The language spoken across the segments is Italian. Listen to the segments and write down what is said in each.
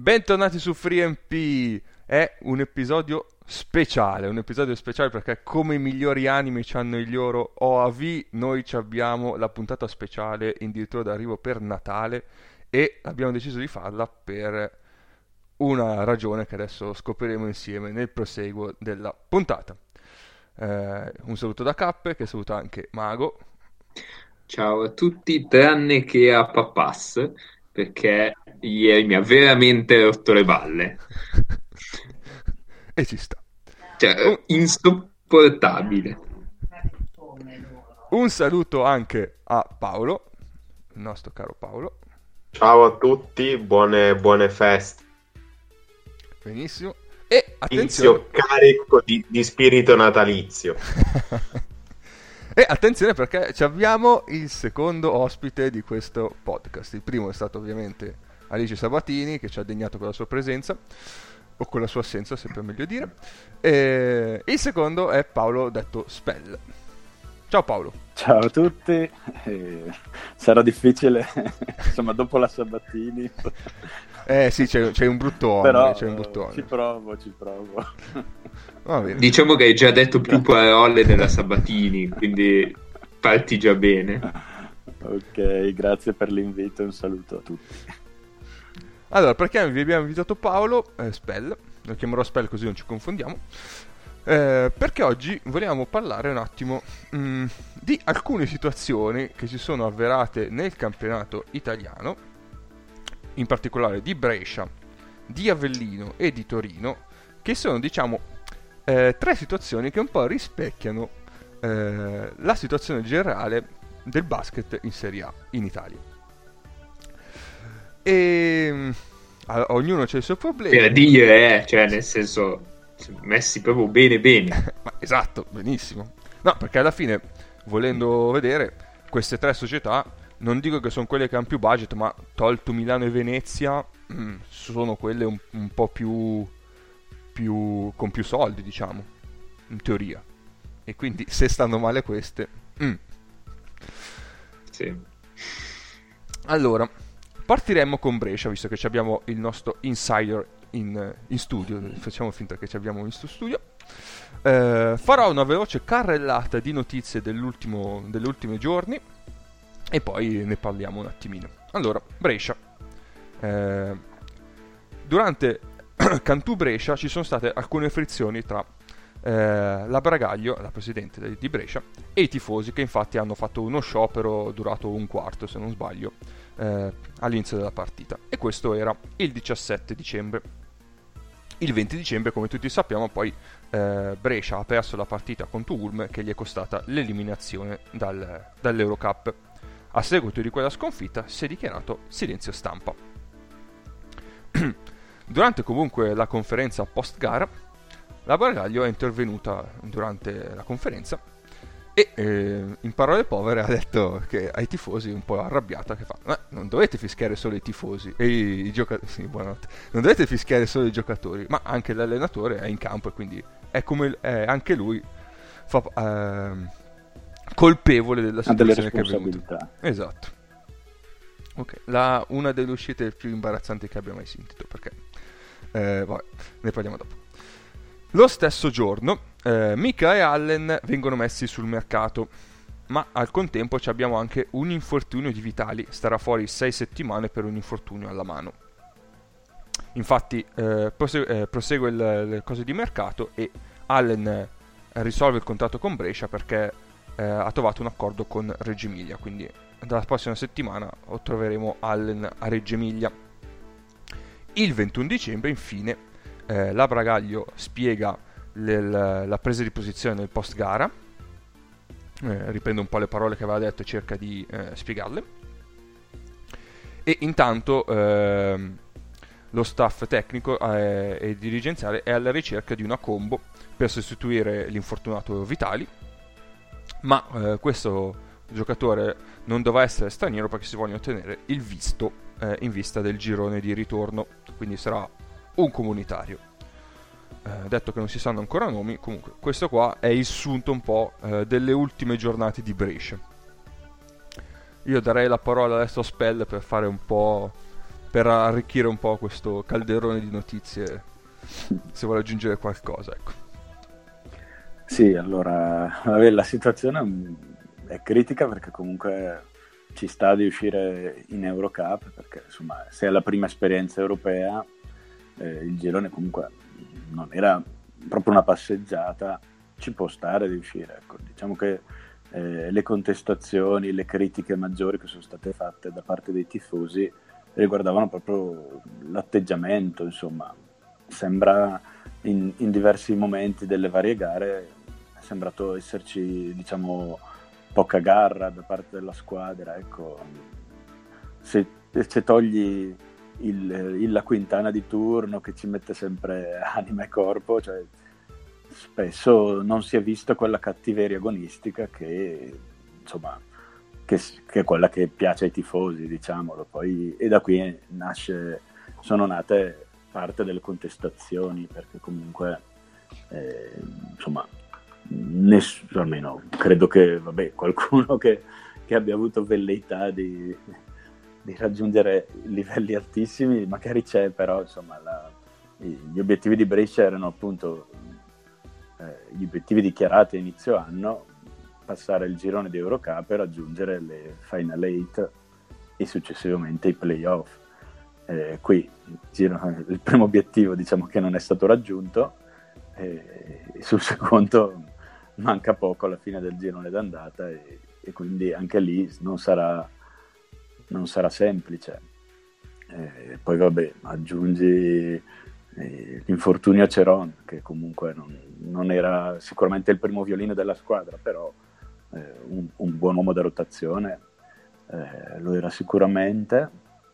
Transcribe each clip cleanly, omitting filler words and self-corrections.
Bentornati su FreeMP. È un episodio speciale perché come i migliori anime hanno il loro OAV, noi ci abbiamo la puntata speciale addirittura d'arrivo per Natale e abbiamo deciso di farla per una ragione che adesso scopriremo insieme nel proseguo della puntata. Un saluto da Cappe, che saluta anche Mago. Ciao a tutti, tranne che a Pappas, perché ieri mi ha veramente rotto le balle. E ci sta. Un, Cioè, insopportabile. un saluto anche a Paolo, il nostro caro Paolo. Ciao a tutti, buone feste. Benissimo. E attenzione. Inizio carico di spirito natalizio. E attenzione perché ci abbiamo il secondo ospite di questo podcast. Il primo è stato ovviamente Alice Sabatini, che ci ha degnato con la sua presenza, o con la sua assenza, sempre meglio dire. E il secondo è Paolo, detto Spell. Ciao Paolo. Ciao a tutti. Sarà difficile, insomma, dopo la Sabatini. Sì, c'è un bruttone. Però c'è un bruttone. ci provo. Va bene. Diciamo che hai già detto più parole della Sabatini, quindi parti già bene. Ok, grazie per l'invito e un saluto a tutti. Allora, perché vi abbiamo invitato Paolo, Spell, lo chiamerò Spell così non ci confondiamo, perché oggi vogliamo parlare un attimo di alcune situazioni che si sono avverate nel campionato italiano, in particolare di Brescia, di Avellino e di Torino, che sono, diciamo, tre situazioni che un po' rispecchiano la situazione generale del basket in Serie A in Italia. E ognuno ha i suoi problemi. Per dire, cioè, nel senso, messi proprio bene. Ma esatto, benissimo. No, perché alla fine, volendo vedere, queste tre società, non dico che sono quelle che hanno più budget, ma tolto Milano e Venezia, sono quelle un po' più con più soldi, diciamo, in teoria. E quindi se stanno male queste... Sì. Allora, partiremmo con Brescia, visto che abbiamo il nostro insider in studio. Facciamo finta che ci abbiamo in studio. Farò una veloce carrellata di notizie degli ultimi giorni e poi ne parliamo un attimino. Allora, Brescia. Durante Cantù Brescia ci sono state alcune frizioni tra la Bragaglio, la presidente di Brescia, e i tifosi, che infatti hanno fatto uno sciopero durato un quarto, se non sbaglio, all'inizio della partita. E questo era il 17 dicembre. Il 20 dicembre, come tutti sappiamo, poi Brescia ha perso la partita contro Ulm, che gli è costata l'eliminazione dall'Eurocup. A seguito di quella sconfitta si è dichiarato silenzio stampa. Durante comunque la conferenza post gara, la Bargaglio è intervenuta durante la conferenza e in parole povere ha detto che ai tifosi, un po' arrabbiata, che fa: non dovete fischiare solo i tifosi e i giocatori, sì, buonanotte, non dovete fischiare solo i giocatori, ma anche l'allenatore è in campo e quindi è come anche lui colpevole della situazione che è venuta. Esatto. Ok, una delle uscite più imbarazzanti che abbia mai sentito, perché vabbè, ne parliamo dopo. Lo stesso giorno Mika e Allen vengono messi sul mercato, ma al contempo abbiamo anche un infortunio di Vitali. Starà fuori 6 settimane per un infortunio alla mano. Infatti prosegue le cose di mercato e Allen risolve il contratto con Brescia perché ha trovato un accordo con Reggio Emilia, quindi dalla prossima settimana troveremo Allen a Reggio Emilia. Il 21 dicembre infine la Bragaglio spiega la presa di posizione nel post gara, riprende un po' le parole che aveva detto e cerca di spiegarle, e intanto lo staff tecnico e dirigenziale è alla ricerca di una combo per sostituire l'infortunato Vitali, ma questo giocatore non dovrà essere straniero perché si vogliono ottenere il visto in vista del girone di ritorno, quindi sarà un comunitario. Detto che non si sanno ancora nomi, comunque questo qua è il sunto un po' delle ultime giornate di Brescia. Io darei la parola adesso a Spell per fare un po' per arricchire un po' questo calderone di notizie, se vuole aggiungere qualcosa, ecco. Sì, allora, la situazione è critica perché comunque ci sta di uscire in Eurocup, perché insomma, se è la prima esperienza europea, il girone comunque non era proprio una passeggiata, ci può stare di uscire, ecco. Diciamo che le contestazioni, le critiche maggiori che sono state fatte da parte dei tifosi riguardavano proprio l'atteggiamento, insomma, sembra in diversi momenti delle varie gare è sembrato esserci, diciamo, poca garra da parte della squadra, ecco. Se togli la Quintana di turno che ci mette sempre anima e corpo, cioè spesso non si è visto quella cattiveria agonistica che, insomma, che è quella che piace ai tifosi, diciamolo. Poi, e da qui sono nate parte delle contestazioni, perché comunque insomma, almeno credo che qualcuno che abbia avuto velleità di raggiungere livelli altissimi magari c'è, però insomma gli obiettivi di Brescia erano appunto gli obiettivi dichiarati a inizio anno: passare il girone di Eurocup e raggiungere le Final 8 e successivamente i playoff. Qui il primo obiettivo, diciamo, che non è stato raggiunto, e sul secondo manca poco alla fine del girone d'andata, e quindi anche lì non sarà semplice. Poi aggiungi l'infortunio a Ceron, che comunque non era sicuramente il primo violino della squadra, però un buon uomo da rotazione lo era sicuramente.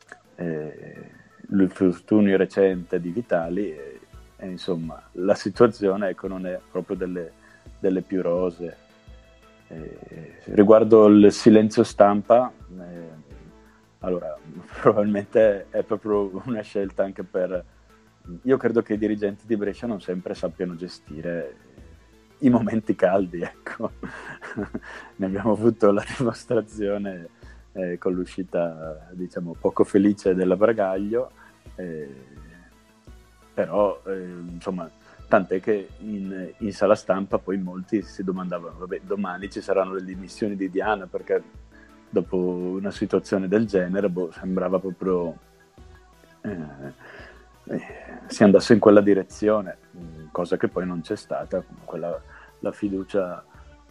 L'infortunio recente di Vitali e insomma la situazione, ecco, non è proprio delle più rosee. Riguardo il silenzio stampa, allora probabilmente è proprio una scelta anche io credo che i dirigenti di Brescia non sempre sappiano gestire i momenti caldi, ecco. Ne abbiamo avuto la dimostrazione con l'uscita, diciamo, poco felice della Bragaglio, però insomma, tant'è che in sala stampa poi molti si domandavano: domani ci saranno le dimissioni di Diana, perché dopo una situazione del genere sembrava proprio si andasse in quella direzione, cosa che poi non c'è stata. Comunque la fiducia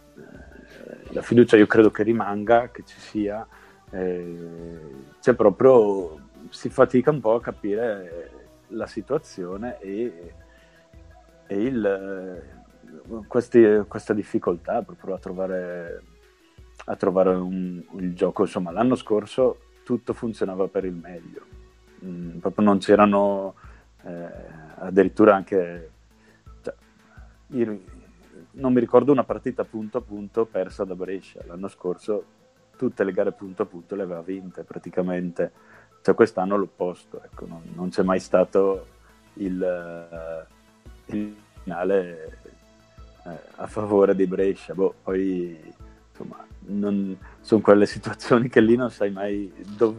io credo che rimanga, che ci sia. C'è proprio, si fatica un po' a capire la situazione e questa difficoltà proprio a trovare il gioco. Insomma, l'anno scorso tutto funzionava per il meglio, proprio non c'erano addirittura anche, cioè, non mi ricordo una partita punto a punto persa da Brescia. L'anno scorso tutte le gare punto a punto le aveva vinte praticamente, cioè quest'anno l'opposto, ecco. Non c'è mai stato il finale a favore di Brescia. Poi insomma sono quelle situazioni che lì non sai mai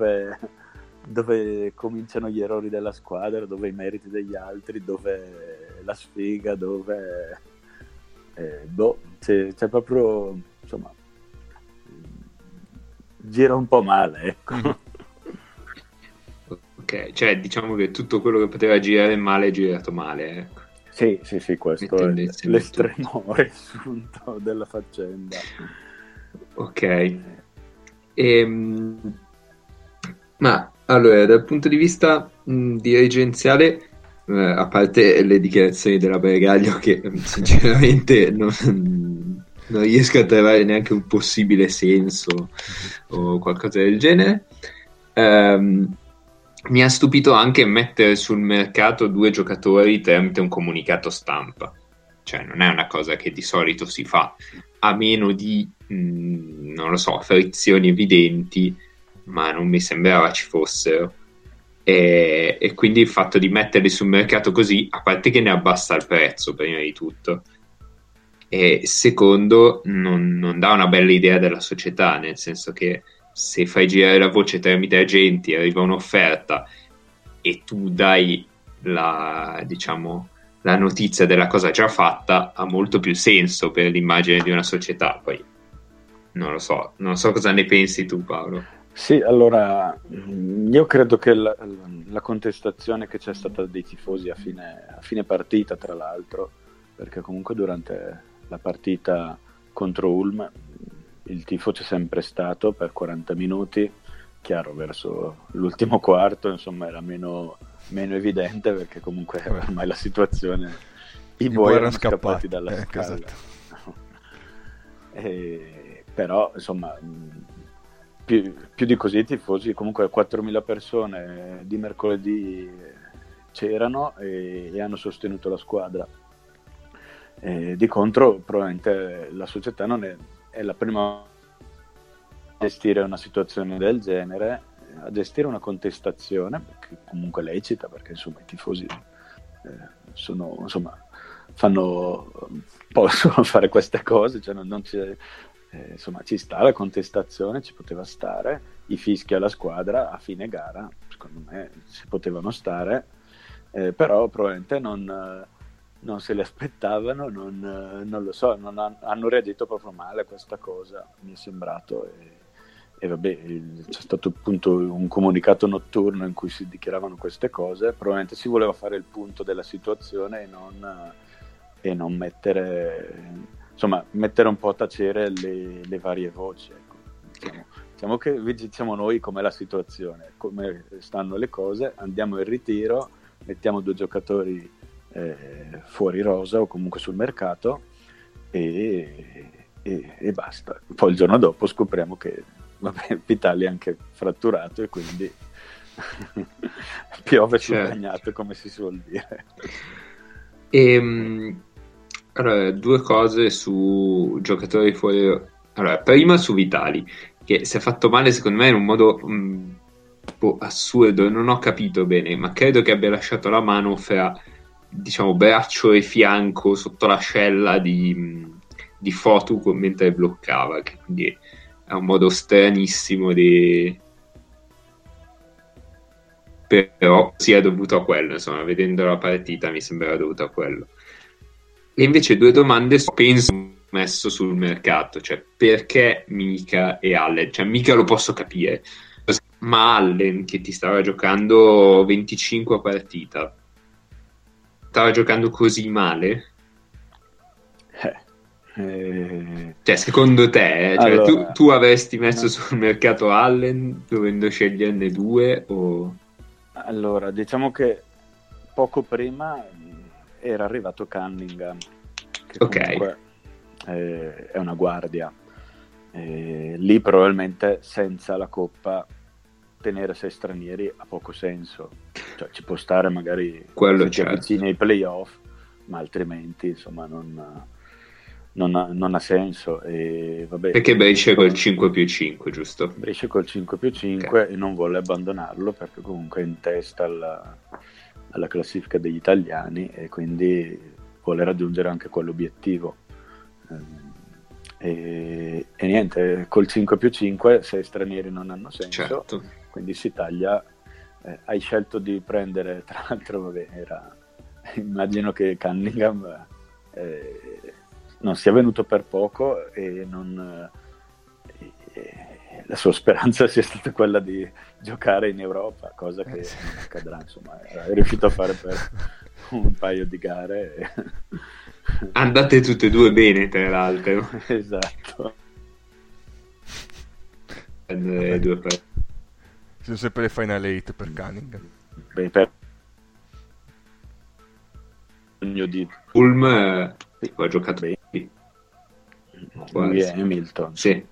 dove cominciano gli errori della squadra, dove i meriti degli altri, dove la sfiga, dove c'è proprio, insomma, gira un po' male, ecco. Ok, cioè diciamo che tutto quello che poteva girare male è girato male, ecco. Sì, questo è l'estremo riassunto della faccenda. Ok. Ma allora, dal punto di vista dirigenziale, a parte le dichiarazioni della Bregaglio che sinceramente non riesco a trovare neanche un possibile senso o qualcosa del genere, mi ha stupito anche mettere sul mercato 2 giocatori tramite un comunicato stampa. Cioè non è una cosa che di solito si fa, a meno di non lo so, frizioni evidenti, ma non mi sembrava ci fossero, e quindi il fatto di metterli sul mercato così, a parte che ne abbassa il prezzo prima di tutto, e secondo non dà una bella idea della società, nel senso che se fai girare la voce tramite agenti, arriva un'offerta e tu dai la notizia della cosa già fatta, ha molto più senso per l'immagine di una società. Poi non so cosa ne pensi tu, Paolo. Sì, allora io credo che la contestazione che c'è stata dei tifosi a fine partita, tra l'altro, perché comunque durante la partita contro Ulm il tifo c'è sempre stato per 40 minuti, chiaro, verso l'ultimo quarto insomma era meno evidente, perché comunque ormai la situazione, i buoi erano scappati dalla scala. Esatto. Però insomma più di così i tifosi, comunque 4.000 persone di mercoledì c'erano e hanno sostenuto la squadra. Di contro probabilmente la società non è la prima a gestire una situazione del genere, a gestire una contestazione, che comunque è lecita, perché insomma i tifosi possono fare queste cose, cioè non c'è, insomma ci sta la contestazione, ci poteva stare, i fischi alla squadra a fine gara secondo me si potevano stare, però probabilmente non se li aspettavano, non lo so, hanno reagito proprio male a questa cosa, mi è sembrato, e vabbè, c'è stato appunto un comunicato notturno in cui si dichiaravano queste cose, probabilmente si voleva fare il punto della situazione e non mettere un po' a tacere le varie voci, ecco. Diciamo che diciamo noi com'è la situazione, come stanno le cose, andiamo in ritiro, mettiamo 2 giocatori fuori rosa o comunque sul mercato e basta. Poi il giorno dopo scopriamo che Vitali è anche fratturato e quindi piove sul bagnato, come si suol dire. Allora, 2 cose su giocatori fuori. Allora, prima su Vitali, che si è fatto male secondo me in un modo assurdo, non ho capito bene, ma credo che abbia lasciato la mano fra, diciamo, braccio e fianco sotto l'ascella di Fotu mentre bloccava, che quindi è un modo stranissimo però sia dovuto a quello, insomma, vedendo la partita mi sembrava dovuto a quello. E invece 2 domande penso messo sul mercato, cioè perché Mika e Allen, cioè Mika lo posso capire, ma Allen che ti stava giocando 25 a partita stava giocando così male? Cioè secondo te allora, tu avresti messo sul mercato Allen dovendo sceglierne 2 o... Allora diciamo che poco prima era arrivato Cunningham, che comunque è una guardia, lì probabilmente senza la Coppa tenere 6 stranieri ha poco senso, cioè ci può stare magari quello, se ti avvicini ai playoff, ma altrimenti insomma non ha senso. E vabbè, perché Brescia col 5+5, giusto? Brescia col 5+5 e non vuole abbandonarlo perché comunque è in testa alla classifica degli italiani e quindi vuole raggiungere anche quell'obiettivo. E niente, col 5+5 6 stranieri non hanno senso, certo. Quindi si taglia. Hai scelto di prendere, tra l'altro vabbè, immagino che Cunningham non sia venuto per poco e la sua speranza sia stata quella di giocare in Europa, cosa che non accadrà, insomma, è riuscito a fare per un paio di gare. Andate tutte e 2 bene, tra l'altro. Esatto. Sono sempre le Final 8 per Cunningham. Beh, per di Ulm ha giocato bene. Lui è Hamilton. Sì.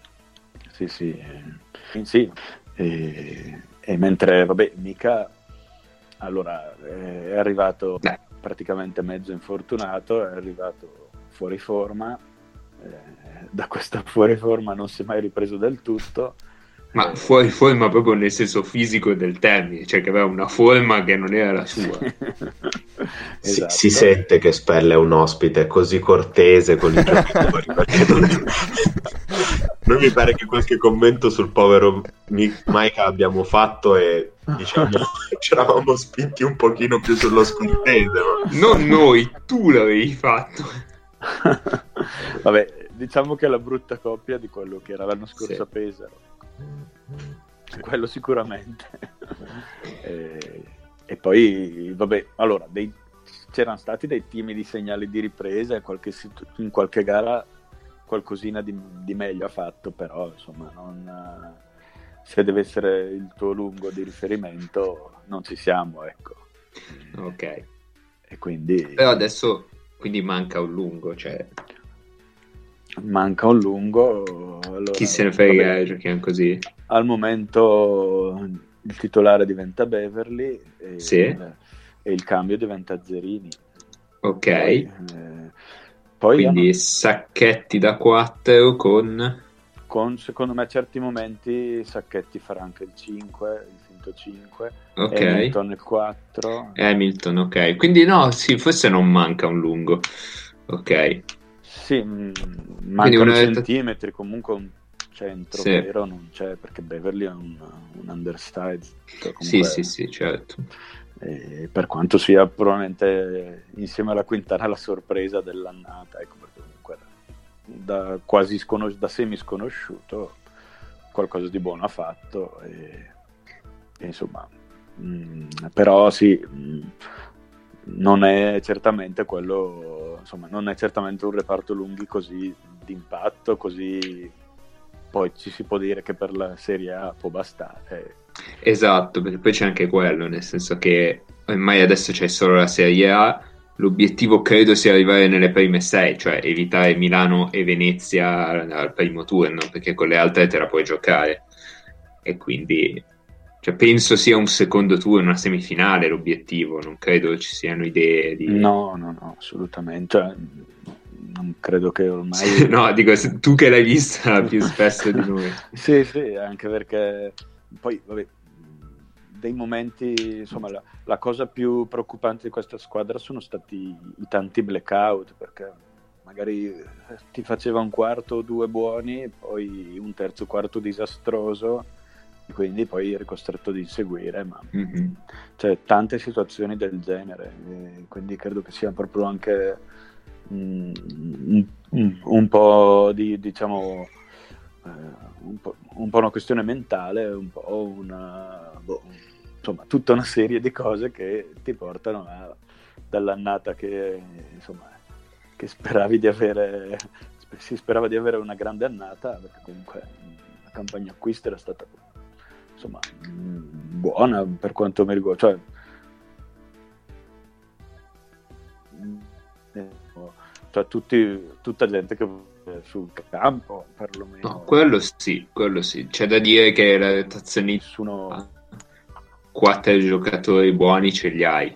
E mentre vabbè Mika allora è arrivato praticamente mezzo infortunato, è arrivato fuori forma, da questa fuori forma non si è mai ripreso del tutto, ma fuori forma proprio nel senso fisico del termine, cioè che aveva una forma che non era la sua. Esatto. Si sente che Spell è un ospite così cortese con i giocatori perché Noi mi pare che qualche commento sul povero Mike abbiamo fatto e diciamo ci eravamo spinti un pochino più sullo scortese. Non noi, tu l'avevi fatto. Vabbè, diciamo che è la brutta coppia di quello che era l'anno scorso Sì. a Pesaro. Quello sicuramente. E poi, vabbè, allora, c'erano stati dei timidi segnali di ripresa e in qualche gara qualcosina di meglio ha fatto, però insomma se deve essere il tuo lungo di riferimento non ci siamo, ecco. Ok. E quindi Però adesso quindi manca un lungo, cioè manca un lungo, allora, chi se ne frega, vabbè, giochiamo così. al momento il titolare diventa Beverly Sì. e il cambio diventa Zerini. Ok. Poi quindi Sacchetti da 4 con secondo me a certi momenti Sacchetti farà anche il 5, il finto 5, ok. Hamilton il 4. Hamilton, ok. Quindi no, sì, forse non manca un lungo. Ok. Sì, mancano una centimetri, comunque un centro Sì. vero non c'è, perché Beverly è un undersized. Comunque, Sì, certo. per quanto sia probabilmente insieme alla Quintana la sorpresa dell'annata, ecco, perché comunque da semi sconosciuto qualcosa di buono ha fatto e insomma, però sì, non è certamente quello, insomma, non è certamente un reparto lunghi così d'impatto, così poi ci si può dire che per la Serie A può bastare. Esatto, perché poi c'è anche quello, nel senso che ormai adesso c'è solo la Serie A, l'obiettivo credo sia arrivare nelle prime 6, cioè evitare Milano e Venezia al primo turno, perché con le altre te la puoi giocare, e quindi cioè, penso sia un secondo turno, una semifinale l'obiettivo, non credo ci siano idee di... No, assolutamente, cioè, non credo che ormai... No, dico, tu che l'hai vista più spesso di noi. Sì, anche perché poi, vabbè, dei momenti, insomma, la cosa più preoccupante di questa squadra sono stati i tanti blackout, perché magari ti faceva un quarto o due buoni, poi un terzo quarto disastroso, e quindi poi eri costretto di seguire, ma cioè, tante situazioni del genere, quindi credo che sia proprio anche un po' di, diciamo, un po' una questione mentale, un po' insomma, tutta una serie di cose che ti portano dall'annata che, insomma, che si sperava di avere una grande annata, perché comunque la campagna acquisto era stata, insomma, buona per quanto mi riguarda, cioè tutta gente che sul campo, perlomeno. No, quello sì, c'è da dire che la rotazione nessuno... 4 giocatori buoni ce li hai,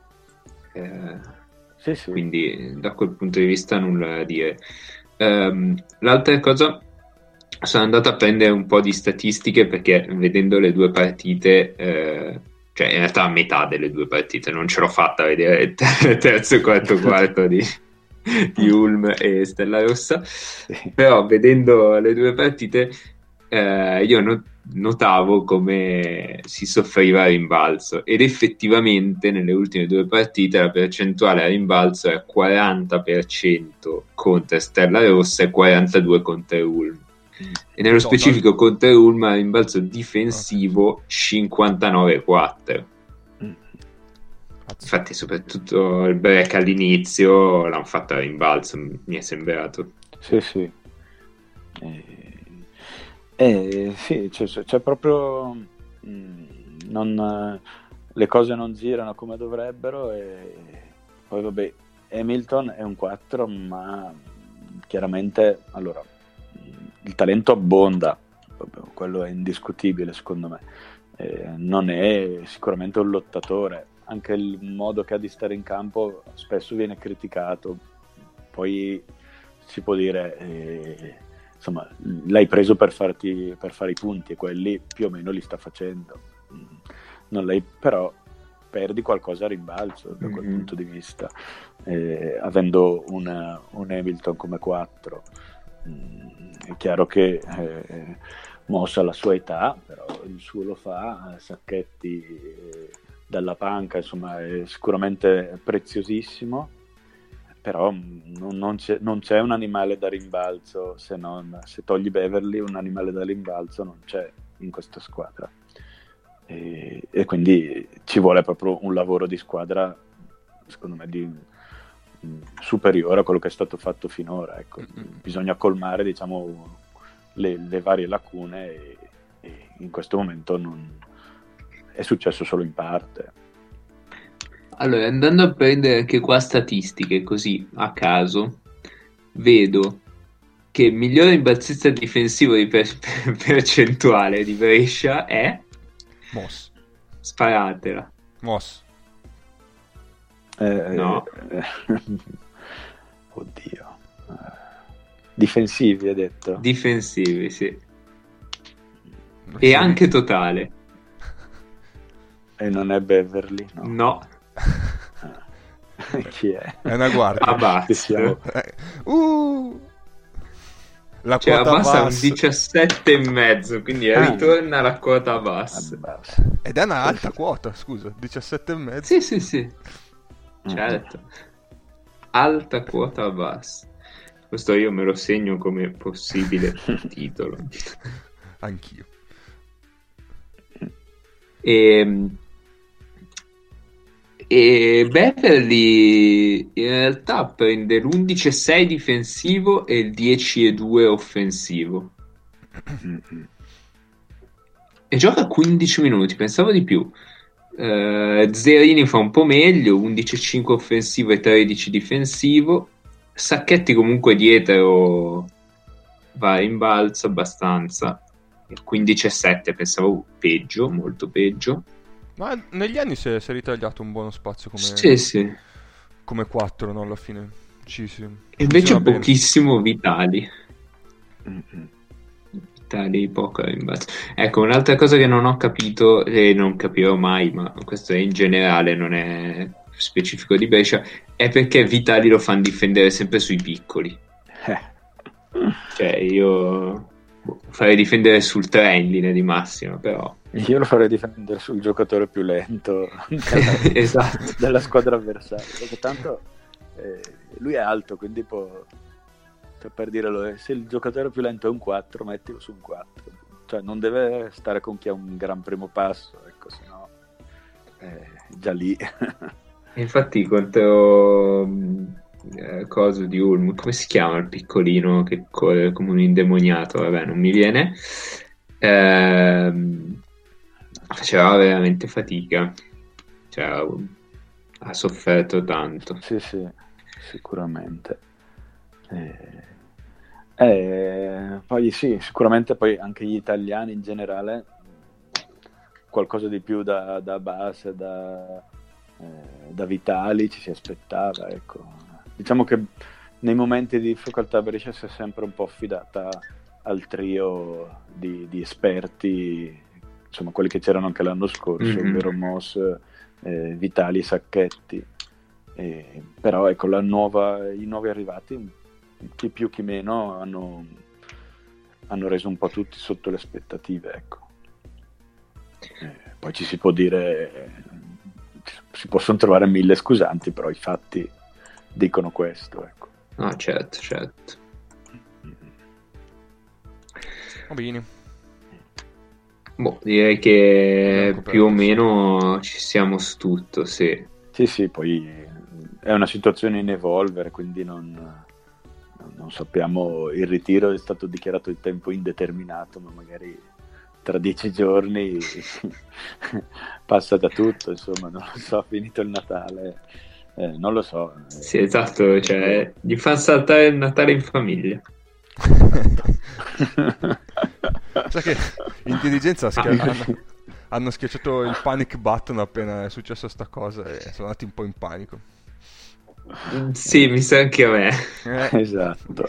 sì. Quindi da quel punto di vista nulla da dire. L'altra cosa, sono andato a prendere un po' di statistiche perché vedendo le due partite, cioè in realtà a metà delle due partite, non ce l'ho fatta a vedere il terzo e quarto di Ulm e Stella Rossa, però vedendo le due partite io notavo come si soffriva a rimbalzo, ed effettivamente nelle ultime due partite la percentuale a rimbalzo è 40% contro Stella Rossa e 42% contro Ulm, e nello specifico contro Ulm a rimbalzo difensivo 59-4. Infatti soprattutto il break all'inizio l'hanno fatto a rimbalzo, mi è sembrato. Sì. Sì, c'è proprio le cose non girano come dovrebbero, e poi vabbè, Hamilton è un 4, ma chiaramente, allora, il talento abbonda, quello è indiscutibile secondo me, non è sicuramente un lottatore, anche il modo che ha di stare in campo spesso viene criticato, poi si può dire insomma, l'hai preso per fare i punti, e quelli più o meno li sta facendo, però perdi qualcosa a rimbalzo da quel punto di vista, avendo un Hamilton come 4, È chiaro che Moss ha la sua età, però il suo lo fa, Sacchetti dalla panca, insomma, è sicuramente preziosissimo, però non c'è un animale da rimbalzo, se togli Beverly, un animale da rimbalzo non c'è in questa squadra, e quindi ci vuole proprio un lavoro di squadra, secondo me, superiore a quello che è stato fatto finora, ecco. Bisogna colmare, diciamo, le varie lacune, e in questo momento non è successo solo in parte. Allora, andando a prendere anche qua statistiche così a caso, vedo che il migliore rimbalzista difensivo di percentuale di Brescia è Moss. Sparatela. Moss. No. Oddio. Difensivi, hai detto? Difensivi, sì. E anche totale. E non è Beverly? No. Chi è? È una guardia. Abbas. La cioè, quota Abbas è un Abbas 17,5, quindi ritorna la quota Abbas. Ed è una alta quota, scusa, 17,5. Sì. Certo. Alta quota Abbas. Questo io me lo segno come possibile titolo. Anch'io. E Beverly in realtà prende l'11,6 difensivo e il 10,2 offensivo. E gioca 15 minuti, pensavo di più. Zerini fa un po' meglio, 11,5 offensivo e 13 difensivo. Sacchetti comunque dietro va in balzo abbastanza, 15,7, pensavo peggio, molto peggio. Ma negli anni si è ritagliato un buono spazio come, sì. Come 4, no? Alla fine sì. E invece pochissimo Vitali. Vitali poco in balzo. Ecco, un'altra cosa che non ho capito e non capirò mai, ma questo è in generale, non è specifico di Brescia, è perché Vitali lo fanno difendere sempre sui piccoli. Cioè io farei difendere sul 3 in linea di massima, però io lo farei difendere sul giocatore più lento esatto. della squadra avversaria, perché tanto lui è alto, quindi può, cioè, per dirlo, se il giocatore più lento è un 4, mettilo su un 4, cioè non deve stare con chi ha un gran primo passo, ecco, sennò già lì. Infatti contro coso di Ulm, come si chiama il piccolino che corre come un indemoniato, vabbè, non mi viene, faceva veramente fatica, cioè ha sofferto tanto. Sì, sicuramente. Poi sì, sicuramente poi anche gli italiani in generale qualcosa di più da base, da Vitali ci si aspettava, ecco. Diciamo che nei momenti di difficoltà Brescia si è sempre un po' affidata al trio di esperti, insomma quelli che c'erano anche l'anno scorso, ovvero Moss, Vitali e Sacchetti, però ecco i nuovi arrivati, chi più chi meno, hanno reso un po' tutti sotto le aspettative, ecco. Poi ci si può dire, si possono trovare 1000 scusanti, però i fatti dicono questo, ecco. No, certo. Va bene. Direi che più o meno ci siamo su tutto, sì. Sì, poi è una situazione in evolvere, quindi non sappiamo, il ritiro è stato dichiarato in tempo indeterminato, ma magari tra 10 giorni passa da tutto, insomma, non lo so, finito il Natale, non lo so. Sì, esatto, cioè gli fanno saltare il Natale in famiglia. Sai che intelligenza hanno schiacciato il panic button appena è successa sta cosa e sono andati un po' in panico. Sì, mi sa anche a me. Esatto.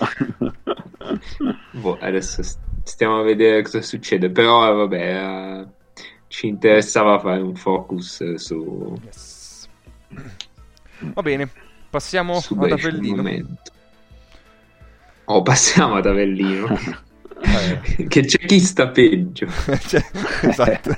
Adesso stiamo a vedere cosa succede, però vabbè, ci interessava fare un focus su... Yes. Va bene, passiamo ad Avellino. Passiamo ad Avellino. Che c'è chi sta peggio. Esatto.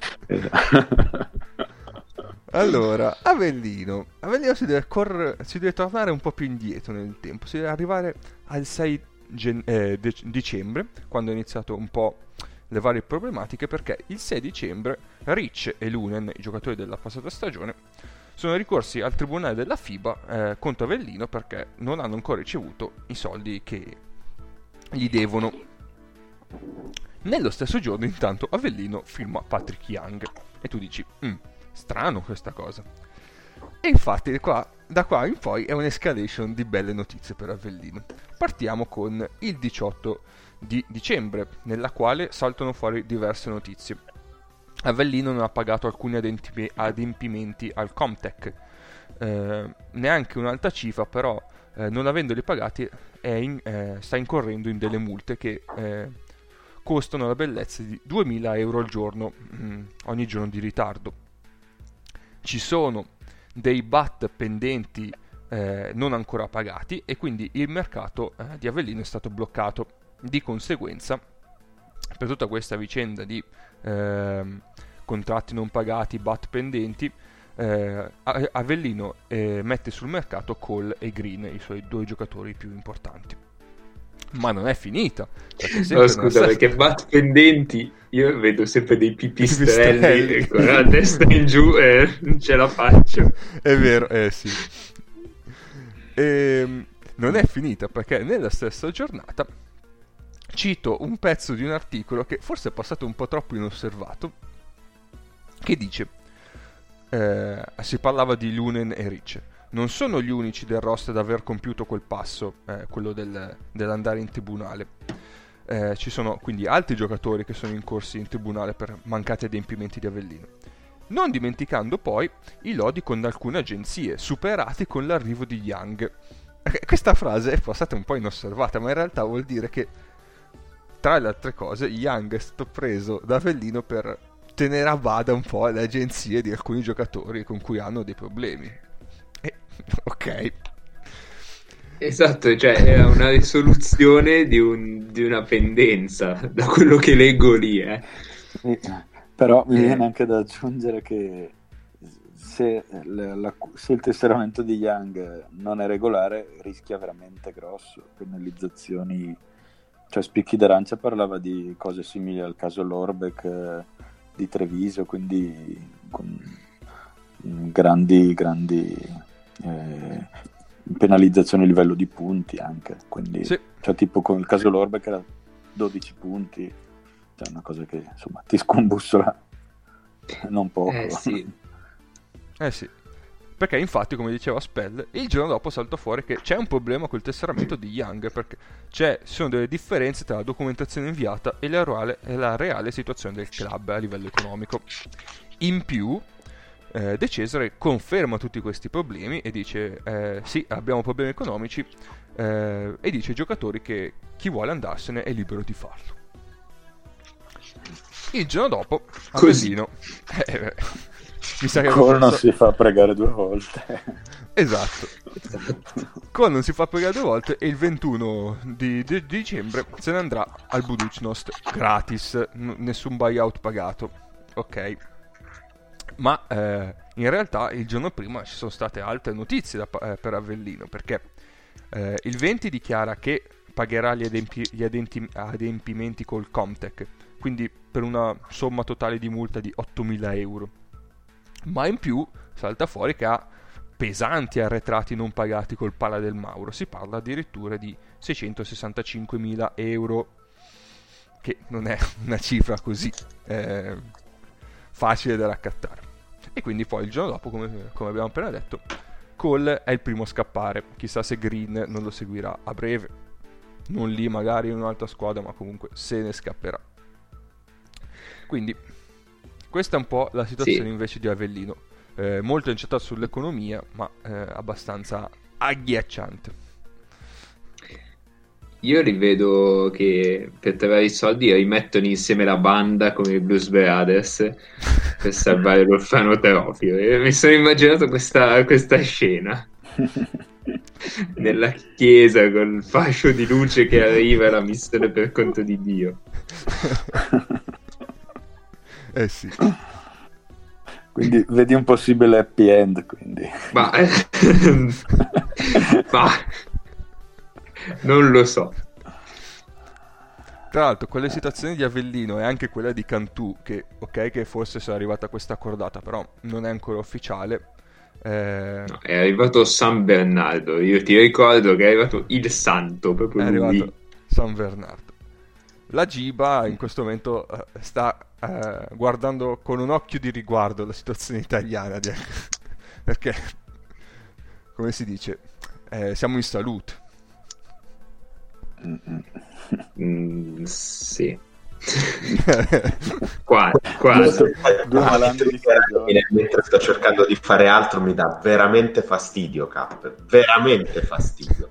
Allora, Avellino si deve tornare un po' più indietro nel tempo, si deve arrivare al 6 dicembre, quando è iniziato un po' le varie problematiche, perché il 6 dicembre Rich e Lunen, i giocatori della passata stagione, sono ricorsi al tribunale della FIBA contro Avellino perché non hanno ancora ricevuto i soldi che gli devono. Nello stesso giorno, intanto, Avellino firma Patrick Young e tu dici strano questa cosa. E infatti da qua in poi è un'escalation di belle notizie per Avellino. Partiamo con il 18 di dicembre, nella quale saltano fuori diverse notizie. Avellino non ha pagato alcuni adempimenti al Comtech, neanche un'alta cifra, però non avendoli pagati sta incorrendo in delle multe che costano la bellezza di 2.000 euro al giorno, ogni giorno di ritardo. Ci sono dei BAT pendenti non ancora pagati e quindi il mercato di Avellino è stato bloccato. Di conseguenza, per tutta questa vicenda di contratti non pagati, BAT pendenti, Avellino mette sul mercato Cole e Green, i suoi 2 giocatori più importanti. Ma non è finita. Scusa, perché BAT pendenti io vedo sempre dei pipistrelli con la testa in giù e non ce la faccio. È vero, sì. Non è finita perché nella stessa giornata cito un pezzo di un articolo che forse è passato un po' troppo inosservato, che dice si parlava di Lunen e Rich. Non sono gli unici del roster ad aver compiuto quel passo, quello dell'andare in tribunale. Ci sono quindi altri giocatori che sono incorsi in tribunale per mancati adempimenti di Avellino. Non dimenticando poi i lodi con alcune agenzie, superati con l'arrivo di Young. Questa frase è passata un po' inosservata, ma in realtà vuol dire che, tra le altre cose, Young è stato preso da Avellino per tenere a bada un po' le agenzie di alcuni giocatori con cui hanno dei problemi. Ok. Esatto, cioè è una risoluzione di una pendenza, da quello che leggo lì. Però mi viene anche da aggiungere che se il tesseramento di Young non è regolare rischia veramente grosso, penalizzazioni, cioè Spicchi d'Arancia parlava di cose simili al caso Lorbeck di Treviso, quindi con grandi penalizzazioni a livello di punti anche, quindi sì. Cioè tipo con il caso Lorbeck era 12 punti, cioè una cosa che insomma ti scombussola non poco. Sì. Perché infatti, come diceva Spell, il giorno dopo salta fuori che c'è un problema col tesseramento di Young, perché ci sono delle differenze tra la documentazione inviata e la reale situazione del club a livello economico. In più De Cesare conferma tutti questi problemi e dice sì, abbiamo problemi economici, e dice ai giocatori che chi vuole andarsene è libero di farlo. Il giorno dopo Avellino mi sa che Cole non si fa pregare 2 volte. Esatto. Cole non si fa pregare 2 volte e il 21 di dicembre se ne andrà al Budućnost gratis, nessun buyout pagato. Ok. Ma in realtà il giorno prima ci sono state altre notizie per Avellino, perché il 20 dichiara che pagherà gli adempimenti col Comtech, quindi per una somma totale di multa di 8.000 euro. Ma in più salta fuori che ha pesanti arretrati non pagati col Pala del Mauro. Si parla addirittura di 665.000 euro, che non è una cifra così facile da raccattare. E quindi poi il giorno dopo, come abbiamo appena detto, Cole è il primo a scappare. Chissà se Green non lo seguirà a breve, non lì magari in un'altra squadra, ma comunque se ne scapperà. Quindi questa è un po' la situazione invece di Avellino, molto incentrata sull'economia, ma abbastanza agghiacciante. Io rivedo che per trovare i soldi rimettono insieme la banda come i Blues Brothers per salvare l'orfanotrofio. E mi sono immaginato questa scena. nella chiesa con il fascio di luce che arriva alla missione per conto di Dio. Sì. Quindi vedi un possibile happy end, quindi. Ma non lo so. Tra l'altro, quelle situazioni di Avellino e anche quella di Cantù, che ok che forse sarà arrivata questa cordata, però non è ancora ufficiale. No, è arrivato San Bernardo. Io ti ricordo che è arrivato il santo, proprio è lui. Arrivato San Bernardo. La Giba in questo momento sta guardando con un occhio di riguardo la situazione italiana, perché, come si dice, siamo in salute. Sì. Quasi. Mentre sto cercando di fare altro mi dà veramente fastidio, Cap, veramente fastidio.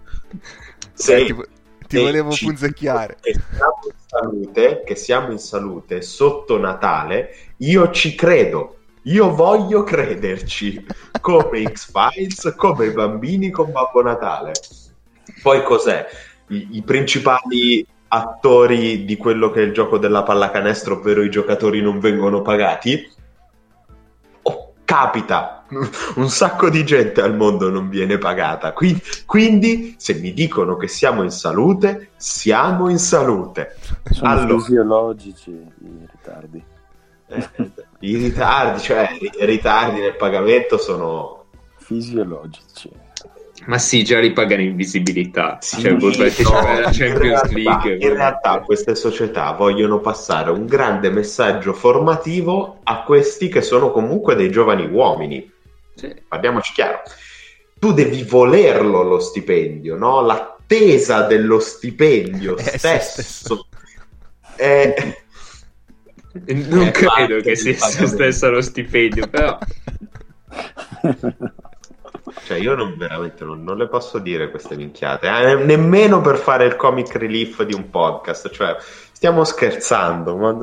Ti volevo punzecchiare. Che siamo in salute sotto Natale, io ci credo, io voglio crederci, come X-Files, come i bambini con Babbo Natale. Poi cos'è? I principali attori di quello che è il gioco della pallacanestro, ovvero i giocatori non vengono pagati? Capita, un sacco di gente al mondo non viene pagata, quindi se mi dicono che siamo in salute, siamo in salute. Sono fisiologici i ritardi. I ritardi, cioè i ritardi nel pagamento sono fisiologici. Ma sì, già li pagano in visibilità, sì, cioè vuoi partecipare alla Champions League. In realtà queste società vogliono passare un grande messaggio formativo a questi che sono comunque dei giovani uomini. Sì. Parliamoci chiaro. Tu devi volerlo lo stipendio, no? L'attesa dello stipendio stesso. Non credo che sia stesso lo stipendio, però... Cioè io veramente non le posso dire queste minchiate, nemmeno per fare il comic relief di un podcast, cioè stiamo scherzando, ma...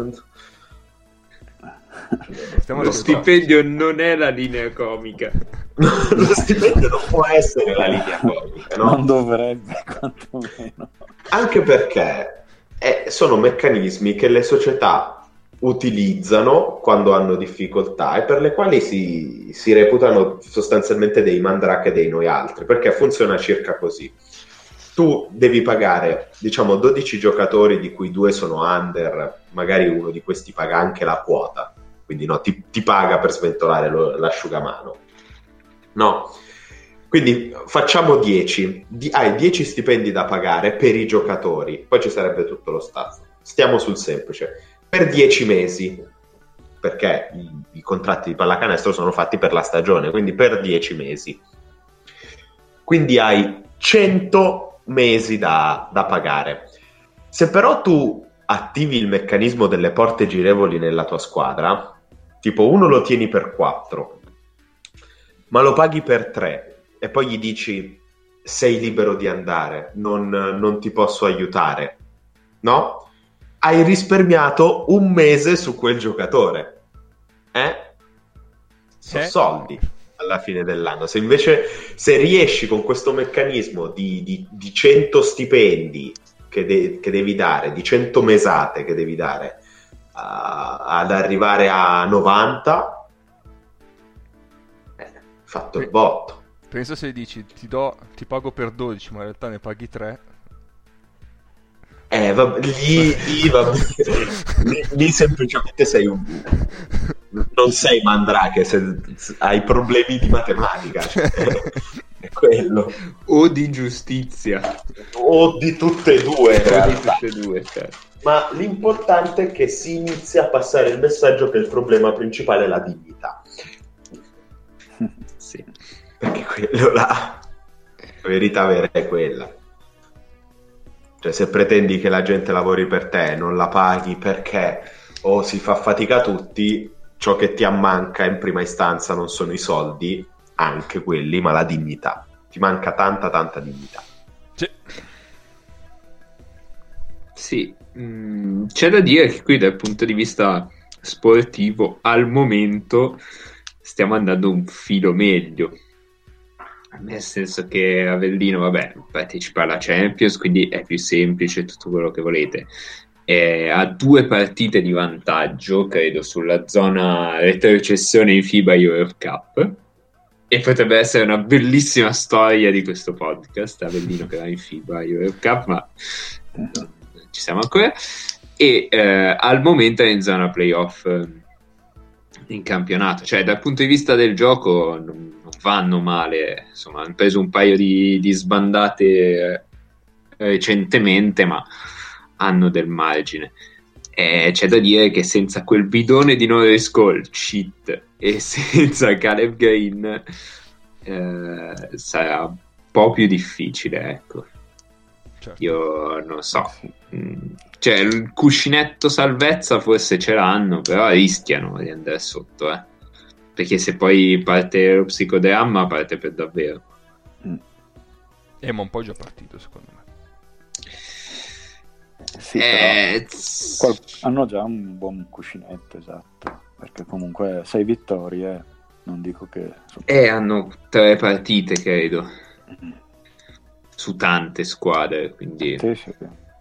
Lo stipendio non è la linea comica. Lo stipendio non può essere la linea comica, no? Non dovrebbe, quantomeno. Anche perché sono meccanismi che le società utilizzano quando hanno difficoltà e per le quali si reputano sostanzialmente dei mandrake dei noi altri, perché funziona circa così: tu devi pagare, diciamo, 12 giocatori di cui 2 sono under, magari uno di questi paga anche la quota, quindi no, ti paga per sventolare l'asciugamano, no? Quindi facciamo 10, hai 10 stipendi da pagare per i giocatori, poi ci sarebbe tutto lo staff. Stiamo sul semplice: per 10 mesi, perché i contratti di pallacanestro sono fatti per la stagione, quindi per 10 mesi. Quindi hai 100 mesi da pagare. Se però tu attivi il meccanismo delle porte girevoli nella tua squadra, tipo uno lo tieni per 4, ma lo paghi per 3 e poi gli dici sei libero di andare, non ti posso aiutare, no? Hai risparmiato un mese su quel giocatore. Sono soldi alla fine dell'anno. Se invece riesci con questo meccanismo di 100 stipendi che devi dare, di 100 mesate che devi dare, ad arrivare a 90, fatto il botto. Penso se dici ti pago per 12 ma in realtà ne paghi 3. Lì semplicemente sei non sei mandrake, hai problemi di matematica, cioè, è quello, o di giustizia, o di tutte e due, certo. Ma l'importante è che si inizia a passare il messaggio che il problema principale è la dignità. Sì, perché quello là, la verità vera è quella. Cioè, se pretendi che la gente lavori per te, non la paghi perché si fa fatica tutti, ciò che ti ammanca in prima istanza non sono i soldi, anche quelli, ma la dignità. Ti manca tanta dignità. Sì. C'è da dire che qui dal punto di vista sportivo al momento stiamo andando un filo meglio. nel senso che Avellino, vabbè, partecipa alla Champions, quindi è più semplice tutto quello che volete. Ha 2 partite di vantaggio, credo, sulla zona retrocessione in FIBA Europe Cup, e potrebbe essere una bellissima storia di questo podcast, Avellino che va in FIBA Europe Cup, ma non ci siamo ancora. E al momento è in zona playoff in campionato, cioè dal punto di vista del gioco non vanno male, insomma hanno preso un paio di sbandate recentemente, ma hanno del margine. C'è da dire che senza quel bidone di Norris Cole cheat e senza Caleb Green sarà un po' più difficile, ecco. Certo. Io non so, cioè il cuscinetto salvezza forse ce l'hanno, però rischiano di andare sotto, perché se poi parte lo psicodramma parte per davvero. Ma un po' già partito secondo me. Sì, però hanno già un buon cuscinetto, esatto, perché comunque 6 vittorie, non dico che... hanno 3 partite, credo, su tante squadre, quindi... Sì.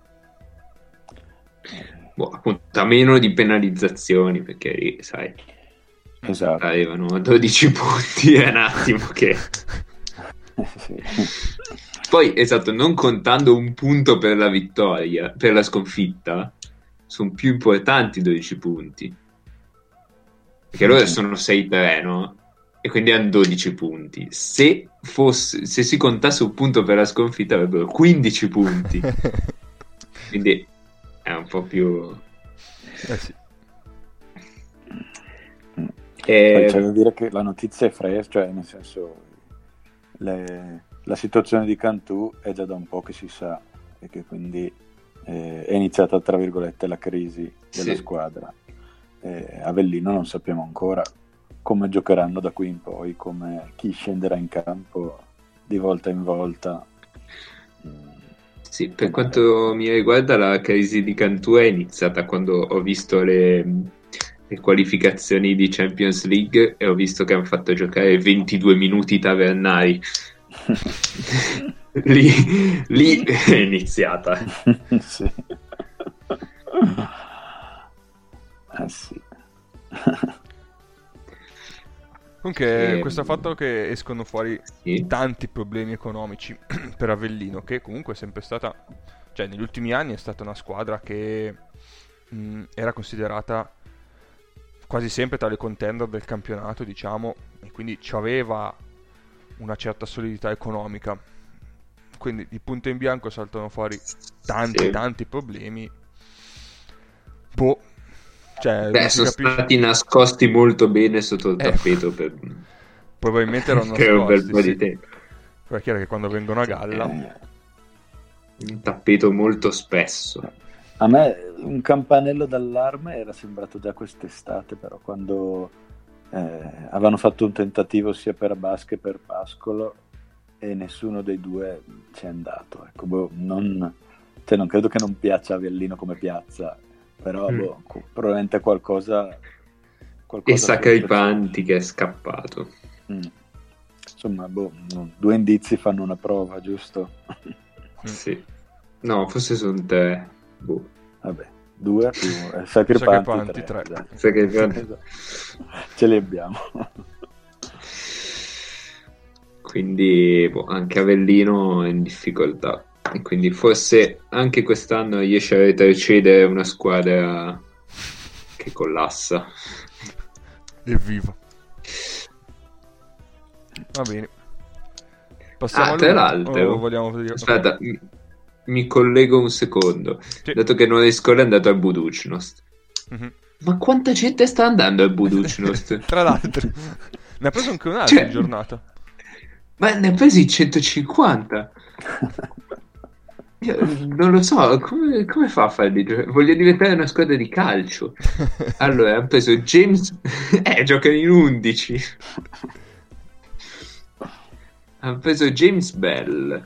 Appunto, a meno di penalizzazioni, perché, sai, esatto, arrivano 12 punti, è un attimo che... sì. Poi, esatto, non contando un punto per la vittoria, per la sconfitta, sono più importanti 12 punti. Perché loro sono 6-3, no? E quindi hanno 12 punti. Se si contasse un punto per la sconfitta, avrebbero 15 punti. Quindi è un po' più... sì. Poi c'è da dire che la notizia è fresca, cioè nel senso... La situazione di Cantù è già da un po' che si sa, e che quindi è iniziata tra virgolette la crisi della squadra. Avellino non sappiamo ancora come giocheranno da qui in poi, chi scenderà in campo di volta in volta. Sì, per quanto mi riguarda la crisi di Cantù è iniziata quando ho visto le qualificazioni di Champions League e ho visto che hanno fatto giocare 22 minuti Tavernari. lì è iniziata. Sì. Sì. Comunque questo fatto che escono fuori tanti problemi economici per Avellino, che comunque è sempre stata, cioè negli ultimi anni è stata una squadra che era considerata quasi sempre tra le contender del campionato, diciamo, e quindi aveva una certa solidità economica. Quindi di punto in bianco saltano fuori tanti problemi. Cioè, sono stati nascosti molto bene sotto il tappeto probabilmente erano nascosti un bel po' di tempo. Perché era che quando vengono a galla un tappeto molto spesso. A me un campanello d'allarme era sembrato già quest'estate, però quando avevano fatto un tentativo sia per Abbas che per Pascolo e nessuno dei due ci è andato. Ecco, non credo che non piaccia Avellino come piazza, però probabilmente qualcosa e Sacripanti che è scappato. Insomma, 2 indizi fanno una prova, giusto? Sì. No, forse sono 3. Vabbè, 2 più Sacripanti 3. Sacripanti. Ce li abbiamo. Quindi anche Avellino è in difficoltà. E quindi forse anche quest'anno riesce a retrocedere una squadra che collassa. Evviva. Va bene. Passiamo tra l'altro, vogliamo dire... aspetta, mi collego un secondo. Sì. Dato che Norris Cole è andato a Budućnost. Ma quanta gente sta andando a Budućnost? Tra l'altro. Ne ha preso anche un altro in giornata. Ma ne ha presi 150. Io non lo so, come fa a farli giocare? Voglio diventare una squadra di calcio. Allora, hanno preso James... giocano in 11. Hanno preso James Bell.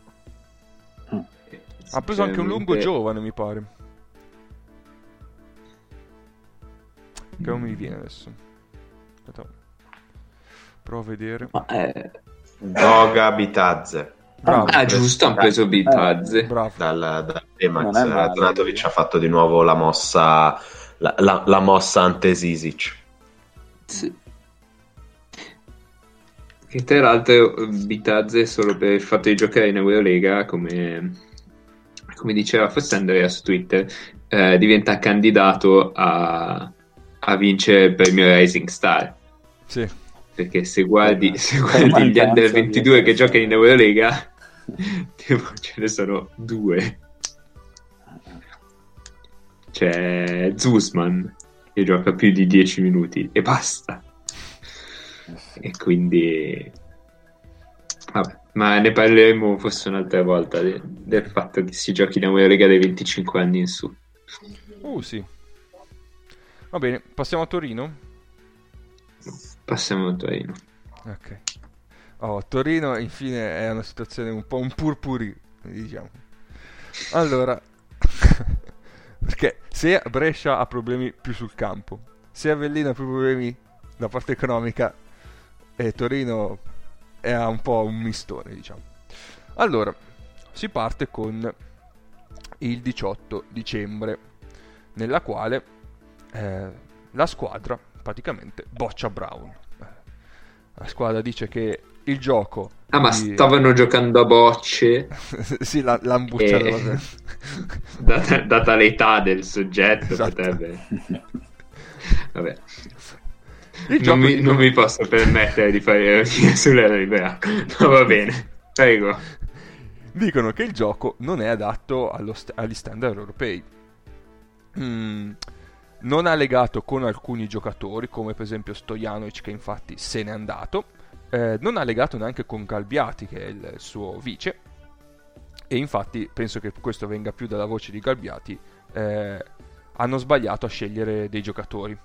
Ha preso anche un lungo giovane, mi pare. Che non mi viene adesso. Aspetta. Provo a vedere. Ma Goga Bitadze. Bravo, giusto, hanno preso Bitadze. Dal Emax. Donatovic ha fatto di nuovo la mossa la mossa ante Sisic. Sì. Che tra l'altro Bitadze, solo per il fatto di giocare in Eurolega, come diceva forse Andrea su Twitter, diventa candidato a vincere il premio Rising Star. Sì. Perché se guardi gli Under 22 che giocano in Eurolega, ce ne sono 2. C'è Zuzman che gioca più di 10 minuti e basta. E quindi vabbè, ma ne parleremo forse un'altra volta del fatto che si giochi in Eurolega dai 25 anni in su. Sì. Va bene, passiamo a Torino? Passiamo a Torino. Ok. Torino infine è una situazione un po' un purpurì, diciamo. Allora, perché se Brescia ha problemi più sul campo, se Avellino ha più problemi da parte economica, e Torino è un po' un mistone, diciamo. Allora, si parte con il 18 dicembre, nella quale la squadra praticamente boccia Brown. La squadra dice che il gioco... ma stavano giocando a bocce. Sì, l'hanno bucciato. Data l'età del soggetto, esatto. Potrebbe... Vabbè. Non mi posso permettere di fare ironia sulla libera. Ma va bene, prego. Dicono che il gioco non è adatto agli standard europei. Non ha legato con alcuni giocatori, come per esempio Stojanovic, che infatti se n'è andato. Non ha legato neanche con Galbiati, che è il suo vice. E infatti penso che questo venga più dalla voce di Galbiati. Hanno sbagliato a scegliere dei giocatori.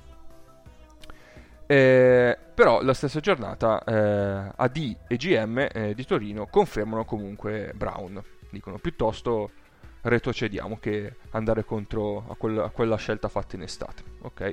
Però la stessa giornata AD e GM di Torino confermano comunque Brown. Dicono piuttosto retrocediamo che andare contro a quella scelta fatta in estate. Ok.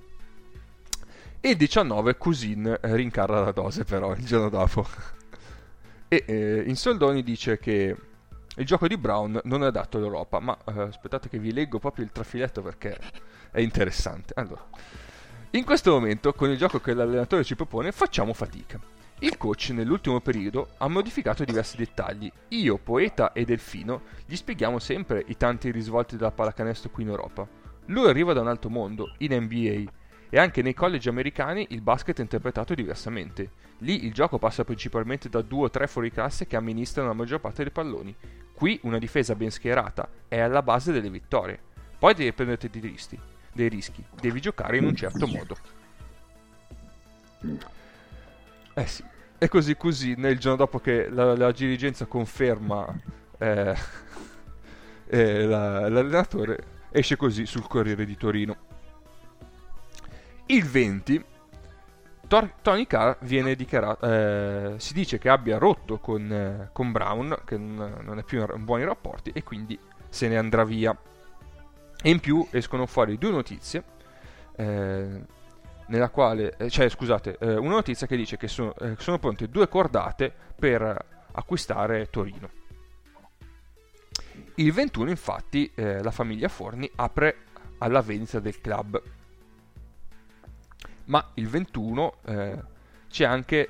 E il 19 Cousin rincarra la dose però il giorno dopo. E in soldoni dice che il gioco di Brown non è adatto all'Europa. Ma aspettate che vi leggo proprio il trafiletto perché è interessante. Allora, in questo momento, con il gioco che l'allenatore ci propone, facciamo fatica. Il coach nell'ultimo periodo ha modificato diversi dettagli. Io, Poeta e Delfino gli spieghiamo sempre i tanti risvolti della pallacanestro qui in Europa. Lui arriva da un altro mondo, in NBA, e anche nei college americani il basket è interpretato diversamente. Lì il gioco passa principalmente da 2 o 3 fuoriclasse che amministrano la maggior parte dei palloni. Qui una difesa ben schierata è alla base delle vittorie. Poi devi prenderti dei rischi, devi giocare in un certo modo. Sì, è così nel giorno dopo che la dirigenza conferma l'allenatore, esce così sul Corriere di Torino. Il 20 Tony Carr viene dichiarato, si dice che abbia rotto con Brown, che non è più in buoni rapporti, e quindi se ne andrà via. E in più escono fuori 2 notizie, nella quale, una notizia che dice che sono pronte 2 cordate per acquistare Torino. Il 21 infatti la famiglia Forni apre alla vendita del club, ma il 21 c'è anche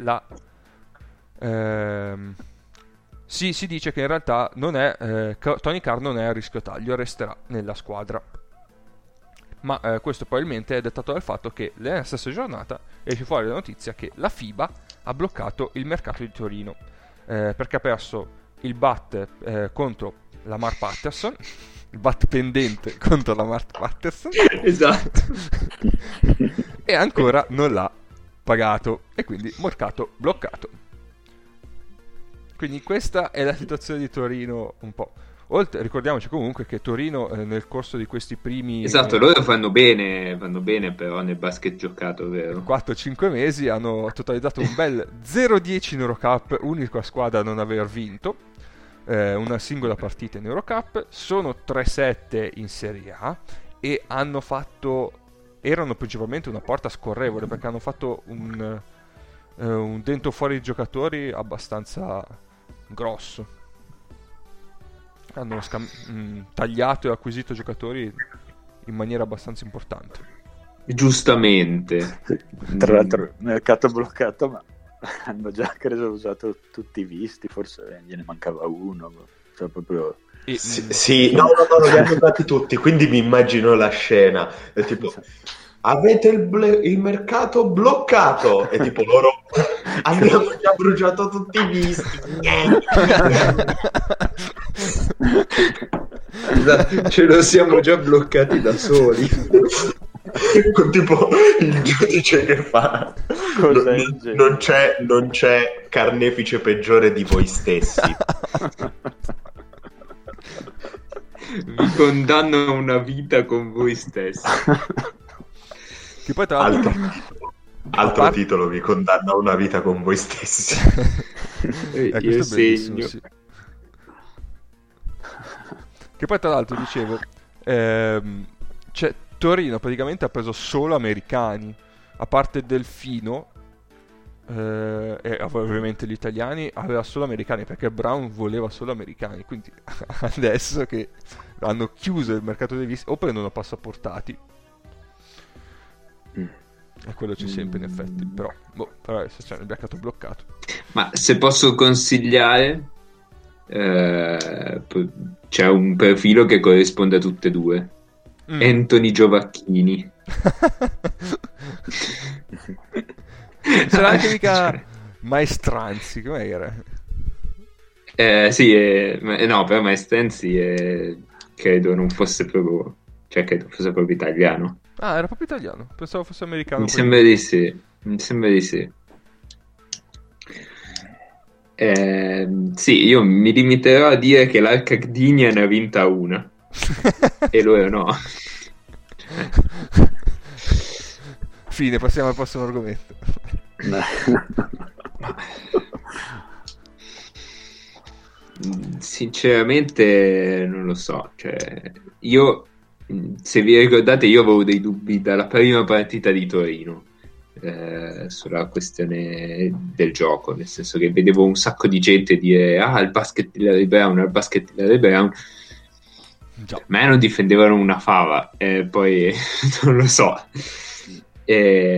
si dice che in realtà Tony Carr non è a rischio taglio, resterà nella squadra. Ma questo probabilmente è dettato dal fatto che nella stessa giornata esce fuori la notizia che la FIBA ha bloccato il mercato di Torino perché ha perso il BAT contro Lamar Patterson, il BAT pendente contro Lamar Patterson. Esatto. E ancora non l'ha pagato e quindi mercato bloccato. Quindi questa è la situazione di Torino un po'. Ricordiamoci comunque che Torino nel corso di questi primi... Esatto, loro vanno bene però nel basket giocato, vero? 4-5 mesi hanno totalizzato un bel 0-10 in Eurocup, unica squadra a non aver vinto una singola partita in Eurocup, sono 3-7 in Serie A e erano principalmente una porta scorrevole perché hanno fatto un dentro fuori giocatori abbastanza grosso. Hanno tagliato e acquisito giocatori in maniera abbastanza importante. Giustamente. Tra l'altro mercato bloccato, ma hanno già credo usato tutti i visti, forse gliene mancava uno, cioè proprio... Sì, no, li hanno dati tutti, quindi mi immagino la scena, è tipo, avete il mercato bloccato, e tipo loro abbiamo già bruciato tutti i visti. Ce lo siamo già bloccati da soli. Con tipo il giudice che fa non c'è carnefice peggiore di voi stessi. Vi condanno a una vita con voi stessi. Che poi tra altro titolo, vi condanna a una vita con voi stessi. Io segno. Sì. Che poi tra l'altro dicevo, cioè Torino praticamente ha preso solo americani, a parte Delfino e ovviamente gli italiani, aveva solo americani perché Brown voleva solo americani, quindi adesso che hanno chiuso il mercato dei visti o prendono passaportati, e quello c'è sempre in effetti, però adesso c'è il mercato bloccato. Ma se posso consigliare, c'è un profilo che corrisponde a tutte e due. Anthony Giovacchini. C'era anche mica Maestranzi, come era? Sì, no, però Maestranzi credo non fosse proprio, cioè credo fosse proprio italiano. Ah, era proprio italiano, pensavo fosse americano. Mi sembra di sì. Sì, io mi limiterò a dire che l'Arcagdinia ne ha vinta una e loro no. Fine, passiamo al prossimo argomento. Sinceramente non lo so, cioè io, se vi ricordate, io avevo dei dubbi dalla prima partita di Torino sulla questione del gioco, nel senso che vedevo un sacco di gente dire il basket di Larry Brown. Già. A me non difendevano una fava, poi non lo so, e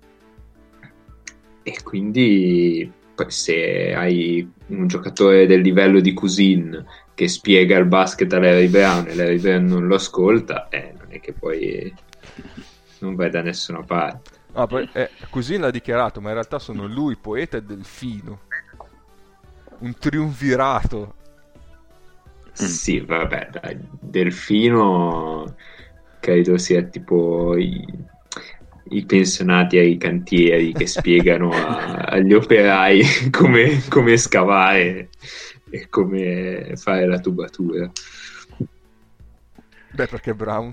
quindi poi se hai un giocatore del livello di Cousin che spiega il basket a Larry Brown e Larry Brown non lo ascolta, non è che poi non vai da nessuna parte. Poi, Cousin l'ha dichiarato, ma in realtà sono lui, Poeta e Delfino, un triunvirato. Sì, vabbè, dai, Delfino credo sia tipo i pensionati ai cantieri che spiegano agli operai come scavare e come fare la tubatura. Beh, perché Brown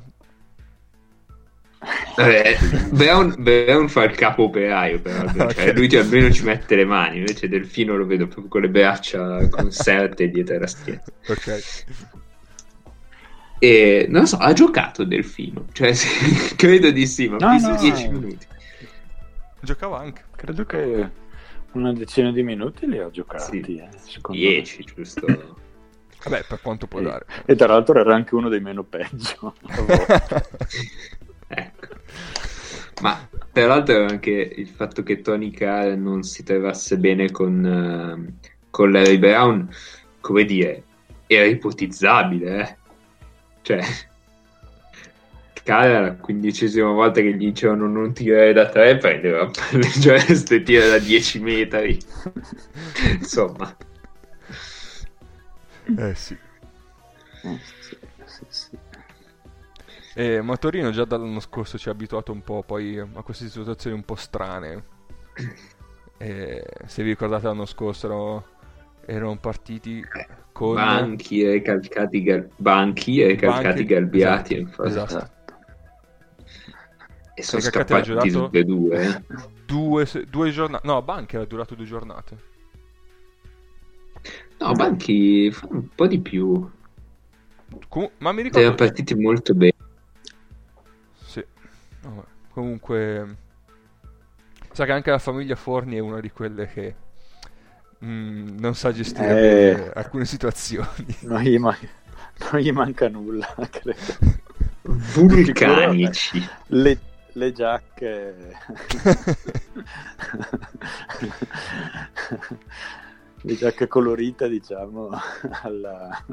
fa il capo operaio, però, okay. Cioè, lui almeno ci mette le mani, invece Delfino lo vedo proprio con le braccia conserte dietro la schiena. Ok. E non so, ha giocato Delfino, cioè credo di sì, ma no. 10 minuti. Giocava anche. Credo che una decina di minuti li ha giocati. Sì, 10, giusto? Vabbè, per quanto può dare. E tra l'altro era anche uno dei meno peggio. Ecco. Ma tra l'altro anche il fatto che Tony Carr non si trovasse bene con Larry Brown, come dire, era ipotizzabile, Cioè, Carr la 15ª volta che gli dicevano non tirare da 3, prendeva queste tira da 10 metri. Insomma. Sì. Ma Torino già dall'anno scorso ci ha abituato un po' poi a queste situazioni un po' strane. Se vi ricordate l'anno scorso erano partiti con banchi e calcati Galbiati, esatto. E sono scappati tutte e due. Due giornate. No, Banchi era durato 2 giornate. No, Banchi fa un po' di più. Ma mi ricordo erano partiti molto bene. Sì. Comunque Sa che anche la famiglia Forni è una di quelle che non sa gestire alcune situazioni. Non gli manca nulla, credo. Vulcanici. Le giacche le giacche colorite, diciamo, alla...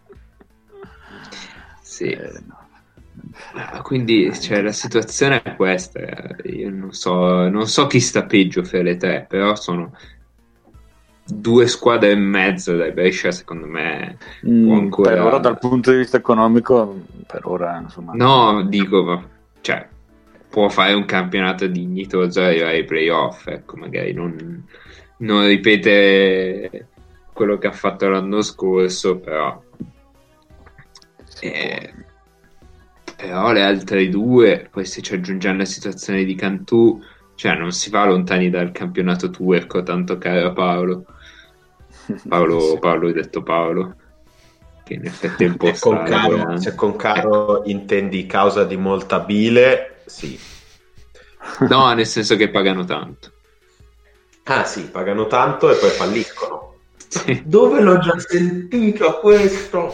Sì. No. Quindi cioè, la situazione è questa. Io non so chi sta peggio fra le tre, però sono 2 squadre e mezzo. Dai, Brescia secondo me può ancora... Per ora, dal punto di vista economico, per ora insomma... No, dico, cioè, può fare un campionato dignitoso e arrivare ai playoff, ecco, magari non ripete quello che ha fatto l'anno scorso, però le altre 2, poi se ci aggiungiamo la situazione di Cantù, cioè non si va lontani dal campionato turco, tanto caro Paolo, Paolo detto Paolo, che in effetti è un po' se con caro intendi causa di molta bile, sì. No, nel senso che pagano tanto. Ah sì, pagano tanto e poi falliscono. Sì. Dove l'ho già sentito questo?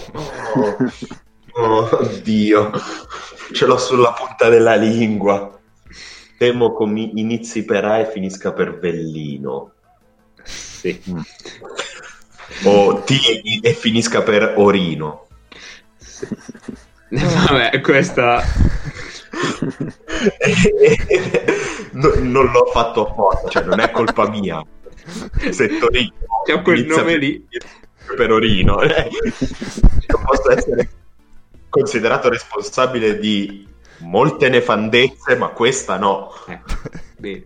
Oh Dio, ce l'ho sulla punta della lingua. Temo come inizi per A e finisca per Vellino. Sì. O T e finisca per Orino. Sì. Vabbè, questa... non l'ho fatto apposta, cioè non è colpa mia se Torino c'è quel nome lì per Orino, posso essere considerato responsabile di molte nefandezze, ma questa no. Bene.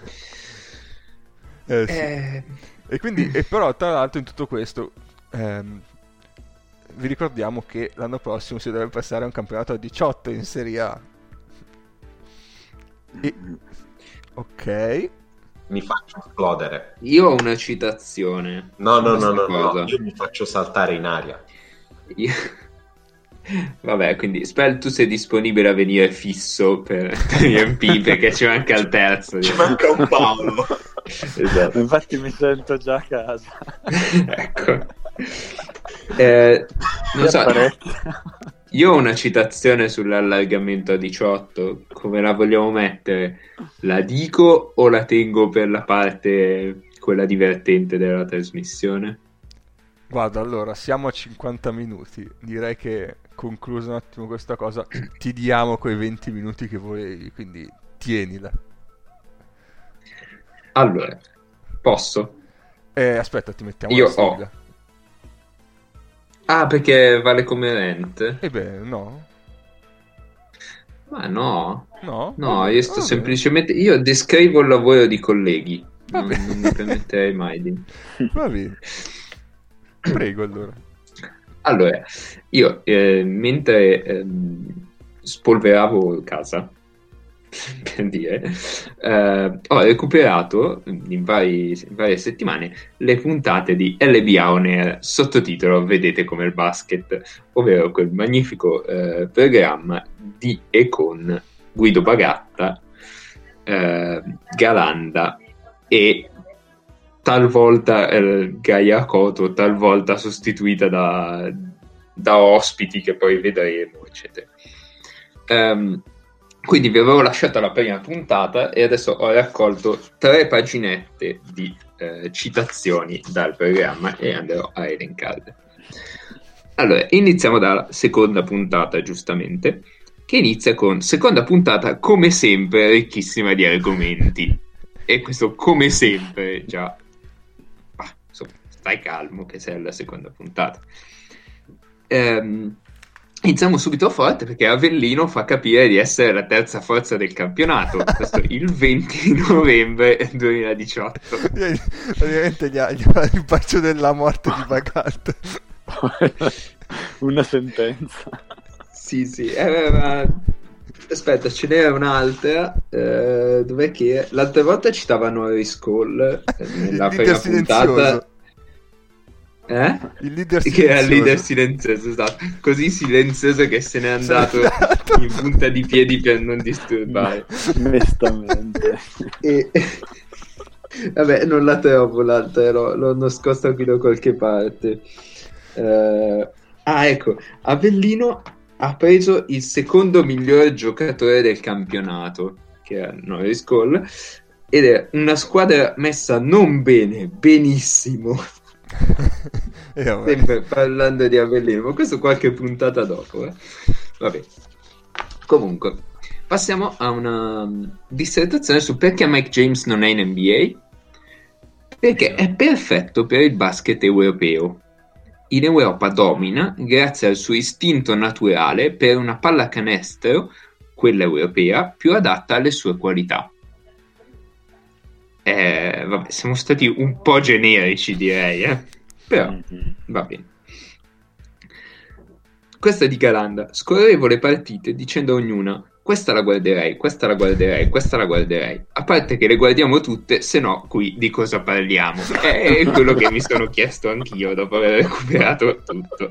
Sì. E quindi, però tra l'altro in tutto questo vi ricordiamo che l'anno prossimo si dovrebbe passare a un campionato a 18 in Serie A. Ok, mi faccio esplodere. Io ho una citazione. No, io mi faccio saltare in aria. Vabbè, quindi Spell, tu sei disponibile a venire fisso per MP perché ci manca il terzo. Ci manca un Paolo. Esatto. Infatti mi sento già a casa. Ecco. Non so, io ho una citazione sull'allargamento a 18. Come la vogliamo mettere? La dico o la tengo per la parte quella divertente della trasmissione? Guarda, allora siamo a 50 minuti. Direi che concluso un attimo questa cosa, ti diamo quei 20 minuti che volevi, quindi tienila. Allora, posso? Aspetta, ti mettiamo la sigla. Ah, perché vale come rent? Beh, no. Ma no. No? No, io sto semplicemente... Io descrivo il lavoro di colleghi. Non mi permetterei mai di... Va bene. Prego, allora. Allora, io mentre spolveravo casa, per dire, ho recuperato in varie settimane le puntate di LBA On Air, sottotitolo Vedete come il basket, ovvero quel magnifico programma di e con Guido Bagatta, Galanda e talvolta Gaia Coto, talvolta sostituita da ospiti che poi vedremo, eccetera. Quindi vi avevo lasciato la prima puntata e adesso ho raccolto 3 paginette di citazioni dal programma e andrò a elencarle. Allora, iniziamo dalla seconda puntata, giustamente, che inizia con seconda puntata, come sempre, ricchissima di argomenti. E questo come sempre già... insomma, stai calmo che sei alla seconda puntata. Iniziamo subito forte perché Avellino fa capire di essere la terza forza del campionato. Questo il 20 novembre 2018. Ovviamente gli ha il bacio della morte di Bagatta. Una sentenza. Sì. Aspetta, ce n'era un'altra. Dov'è che l'altra volta citavano Harry Cole nella prima puntata. Il leader silenzioso. Che è il leader silenzioso, esatto. Così silenzioso che se n'è andato in punta di piedi per non disturbare. Onestamente. Vabbè, non la trovo l'altra, l'ho nascosta qui da qualche parte. Ecco, Avellino ha preso il secondo miglior giocatore del campionato, che è Norris Cole, ed è una squadra messa non bene, benissimo. Sempre parlando di Avellino, ma questo qualche puntata dopo. Vabbè. Comunque, passiamo a una dissertazione su perché Mike James non è in NBA. Perché è perfetto per il basket europeo. In Europa domina grazie al suo istinto naturale per una pallacanestro, quella europea, più adatta alle sue qualità. Vabbè, siamo stati un po' generici, direi, però va bene. Questa di Calanda: scorrevo le partite dicendo a ognuna: questa la guarderei, questa la guarderei, questa la guarderei. A parte che le guardiamo tutte, se no qui di cosa parliamo? È quello che mi sono chiesto anch'io dopo aver recuperato tutto.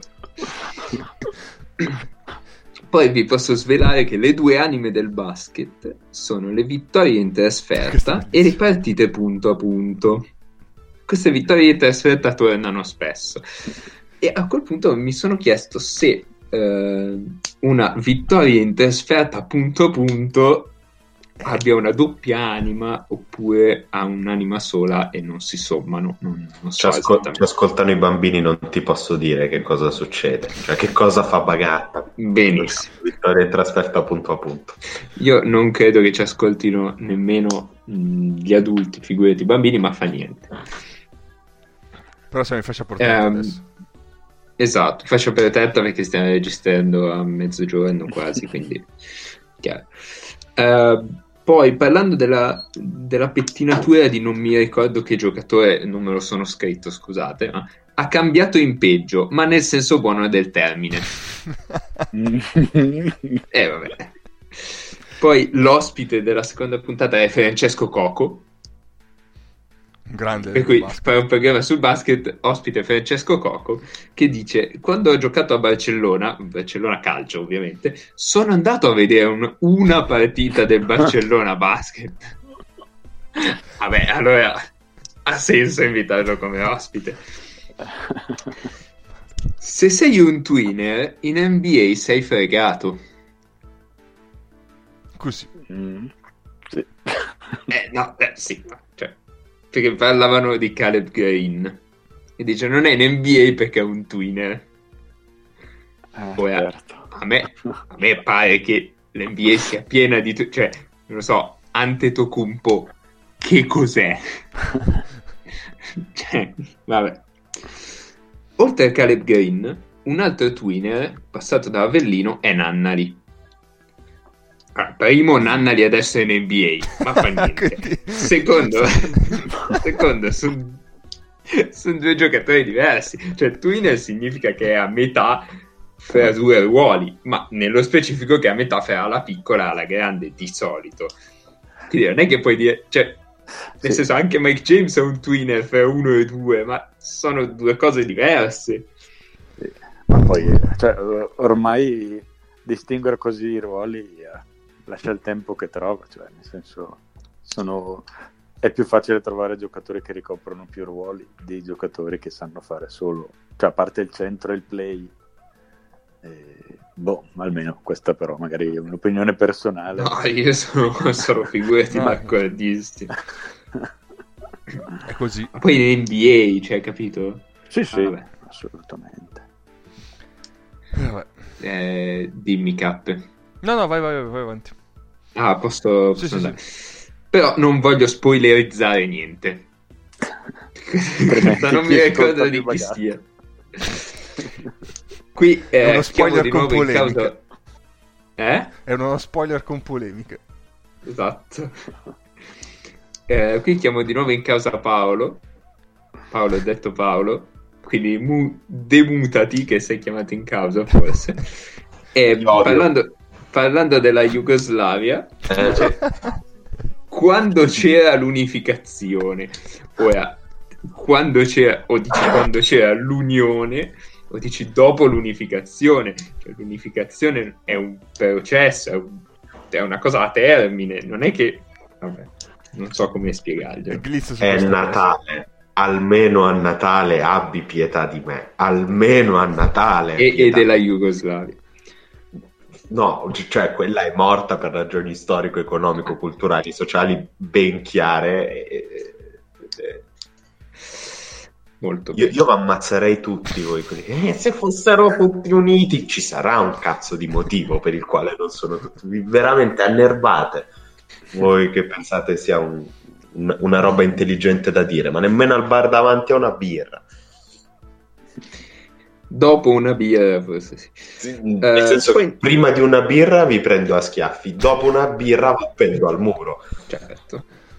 Poi vi posso svelare che le due anime del basket sono le vittorie in trasferta e le partite punto a punto. Queste vittorie in trasferta tornano spesso. E a quel punto mi sono chiesto se una vittoria in trasferta punto a punto abbia una doppia anima oppure ha un'anima sola e non si sommano. Non so ci ascoltano i bambini, non ti posso dire che cosa succede, cioè che cosa fa Bagatta. Benissimo. Vittoria in trasferta punto a punto. Io non credo che ci ascoltino nemmeno gli adulti, figurati i bambini, ma fa niente. Però se mi faccia portare adesso. Esatto, faccio per tetta perché stiamo registrando a mezzogiorno quasi, quindi chiaro. Poi parlando della pettinatura di non mi ricordo che giocatore, non me lo sono scritto, scusate, ma ha cambiato in peggio, ma nel senso buono del termine. Vabbè. Poi l'ospite della seconda puntata è Francesco Coco. Grande, per cui fare un programma sul basket, ospite Francesco Coco, che dice: quando ho giocato a Barcellona calcio ovviamente, sono andato a vedere una partita del Barcellona basket. Vabbè, allora ha senso invitarlo come ospite. Se sei un twinner in NBA sei fregato. Così. Sì. Sì, cioè, perché parlavano di Caleb Green e dice non è in NBA perché è un twinner. Certo. A me pare che l'NBA sia piena di cioè, non lo so, Antetokounmpo che cos'è? Cioè, vabbè. Oltre a Caleb Green, un altro twinner passato da Avellino è Nannali. Primo, Nannali adesso è in NBA, ma fa niente. Secondo, sono due giocatori diversi. Cioè, twinner significa che è a metà fra due ruoli, ma nello specifico che è a metà fra la piccola e la grande, di solito. Quindi non è che puoi dire, cioè, nel senso, anche Mike James è un twinner fra 1 e 2, ma sono due cose diverse. Sì. Ma poi, cioè, ormai distinguere così i ruoli lascia il tempo che trova, cioè, nel senso, è più facile trovare giocatori che ricoprono più ruoli di giocatori che sanno fare solo, cioè, a parte il centro e il play. Almeno questa però magari è un'opinione personale. No, io sono figurati d'accordissimo. È così. Poi in NBA, cioè, capito? Sì, assolutamente. Dimmi, Cappe. No, vai avanti. Posso andare. Sì. Però non voglio spoilerizzare niente. Non mi ricordo di chi stia. Qui è uno spoiler di con nuovo polemica. In causa... È uno spoiler con polemica. Esatto. Qui chiamo di nuovo in causa Paolo, detto Paolo, quindi demutati che sei chiamato in causa forse. Parlando della Jugoslavia, cioè, quando c'era l'unificazione, ora quando c'era l'unione, o dici dopo l'unificazione. Cioè, l'unificazione è un processo, è una cosa a termine, non è che... Vabbè, non so come spiegarglielo. È Natale. Almeno a Natale abbi pietà di me, almeno a Natale. E della Jugoslavia. No, cioè quella è morta per ragioni storico, culturali, sociali ben chiare. Molto bene. Io vi ammazzerei tutti voi. Se fossero tutti uniti, ci sarà un cazzo di motivo per il quale non sono tutti. Veramente annervate voi che pensate sia una roba intelligente da dire, ma nemmeno al bar davanti a una birra. Dopo una birra forse sì. Nel senso che prima di una birra vi prendo a schiaffi, dopo una birra vi appendo al muro. Certo.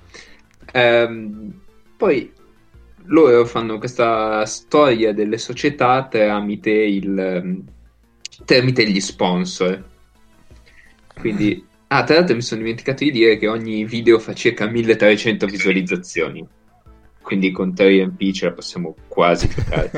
Poi loro fanno questa storia delle società tramite gli sponsor. Quindi tra l'altro mi sono dimenticato di dire che ogni video fa circa 1300 visualizzazioni, quindi con 3MP ce la possiamo quasi giocare.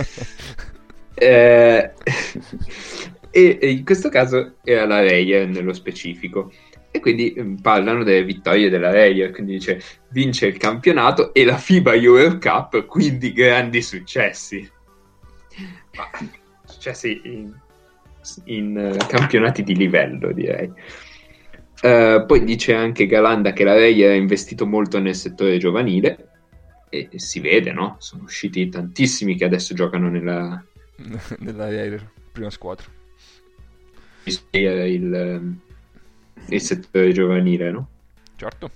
E in questo caso era la Reyer nello specifico, e quindi parlano delle vittorie della Reyer, quindi dice vince il campionato e la FIBA Euro Cup, quindi grandi successi, successi in campionati di livello, direi. Poi dice anche Galanda che la Reyer ha investito molto nel settore giovanile, e si vede, no? Sono usciti tantissimi che adesso giocano nella Reyer, prima squadra. Il settore giovanile, no? Certo.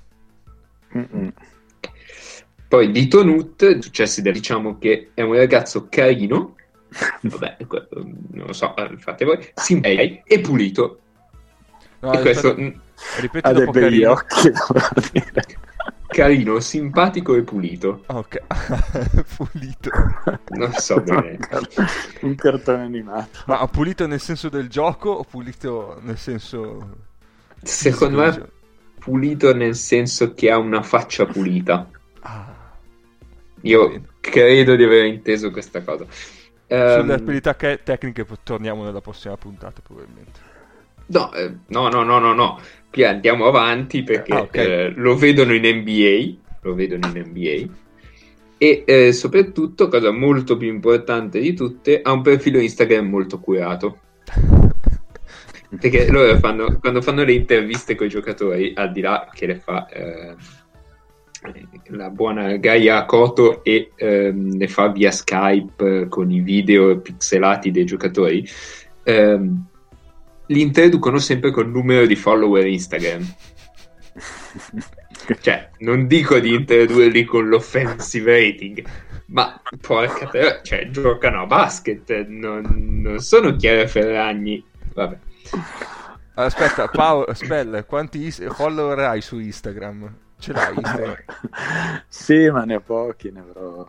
Poi di Tonut, successi diciamo che è un ragazzo carino, vabbè, non lo so, fate voi, simpatico e pulito. No, e questo ripeti ha dei dopo begli carino. occhi, devo dire. Carino, simpatico e pulito. Ok. Pulito. Non so bene. Un cartone animato. Ma pulito nel senso del gioco o pulito nel senso... Secondo me pulito nel senso che ha una faccia pulita. Io credo di aver inteso questa cosa. Sulle abilità tecniche torniamo nella prossima puntata probabilmente. No. Qui andiamo avanti perché okay. Lo vedono in NBA. E soprattutto, cosa molto più importante di tutte, ha un profilo Instagram molto curato. Perché loro quando fanno le interviste con i giocatori, al di là che le fa la buona Gaia Koto e le fa via Skype con i video pixelati dei giocatori, li introducono sempre col numero di follower Instagram. Cioè, non dico di introdurli con l'offensive rating, ma porca cioè, giocano a basket, non sono Chiara Ferragni. Vabbè. Aspetta, Paolo, Spell, quanti follower hai su Instagram? Ce l'hai Instagram? Sì, ma ne ho pochi, ne avrò.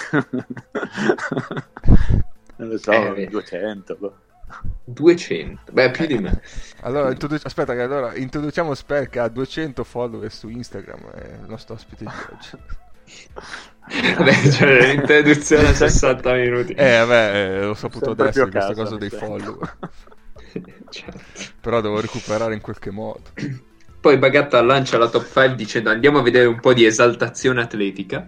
Non lo so, 200. 200? Beh, più di me. Allora, aspetta, che allora introduciamo Spell che ha 200 follower su Instagram, è il nostro ospite di oggi. Vabbè, cioè l'introduzione a 60 minuti. Vabbè, l'ho saputo sempre adesso casa, questa cosa dei follower. Certo. Però devo recuperare in qualche modo. Poi Bagatta lancia la top 5 dicendo andiamo a vedere un po' di esaltazione atletica.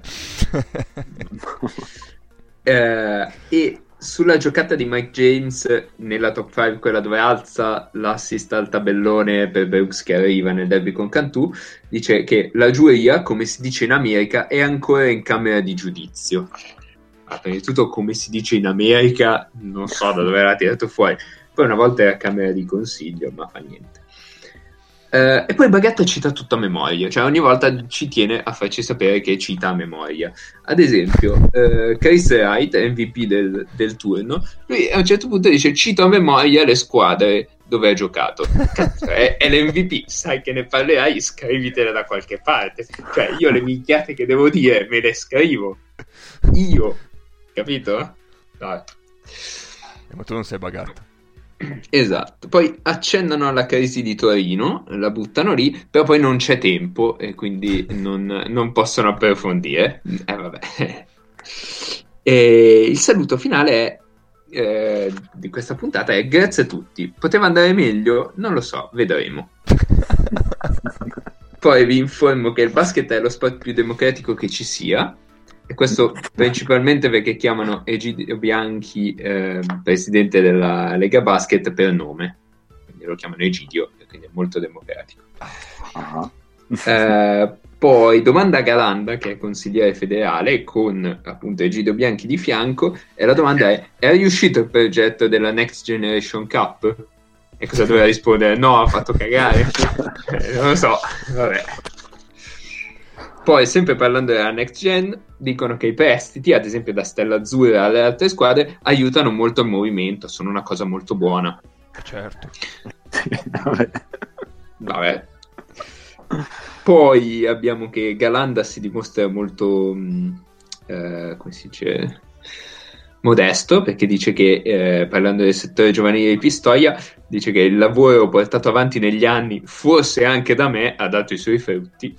E sulla giocata di Mike James nella top 5, quella dove alza l'assist al tabellone per Brooks che arriva nel derby con Cantù, dice che la giuria, come si dice in America, è ancora in camera di giudizio. Prima di tutto, come si dice in America, non so da dove era tirato fuori. Poi una volta era a camera di consiglio, ma fa niente. E poi Bagatta cita tutto a memoria, cioè ogni volta ci tiene a farci sapere che cita a memoria. Ad esempio, Chris Wright, MVP del turno, lui a un certo punto dice cito a memoria le squadre dove ha giocato. Cazzo, è l'MVP, sai che ne parlerai, scrivitele da qualche parte. Cioè io le minchiate che devo dire me le scrivo io, capito? Dai. Ma tu non sei Bagatta. Esatto, poi accennano alla crisi di Torino, la buttano lì, però poi non c'è tempo e quindi non possono approfondire. Vabbè. E il saluto finale di questa puntata è: grazie a tutti. Poteva andare meglio? Non lo so, vedremo. Poi vi informo che il basket è lo sport più democratico che ci sia, e questo principalmente perché chiamano Egidio Bianchi, presidente della Lega Basket, per nome, quindi lo chiamano Egidio, e quindi è molto democratico. Poi domanda a Galanda, che è consigliere federale, con appunto Egidio Bianchi di fianco, e la domanda è riuscito il progetto della Next Generation Cup? E cosa doveva rispondere? No, ha fatto cagare. Non lo so, vabbè. Poi, sempre parlando della Next Gen, dicono che i prestiti, ad esempio da Stella Azzurra alle altre squadre, aiutano molto il movimento, sono una cosa molto buona. Certo. Vabbè. Poi abbiamo che Galanda si dimostra molto, come si dice, modesto, perché dice che, parlando del settore giovanile di Pistoia, dice che il lavoro portato avanti negli anni, forse anche da me, ha dato i suoi frutti.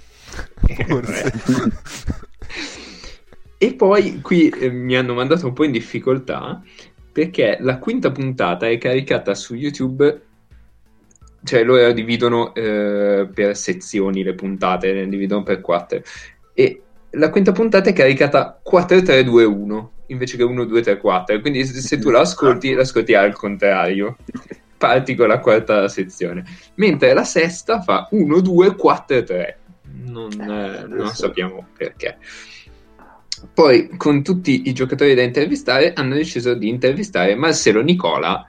E poi qui mi hanno mandato un po' in difficoltà, perché la quinta puntata è caricata su YouTube. Cioè loro dividono per sezioni le puntate, le dividono per 4, e la quinta puntata è caricata 4-3-2-1 invece che 1-2-3-4, quindi se tu l'ascolti al contrario, parti con la quarta sezione, mentre la sesta fa 1-2-4-3, non sappiamo perché. Poi con tutti i giocatori da intervistare hanno deciso di intervistare Marcelo Nicola,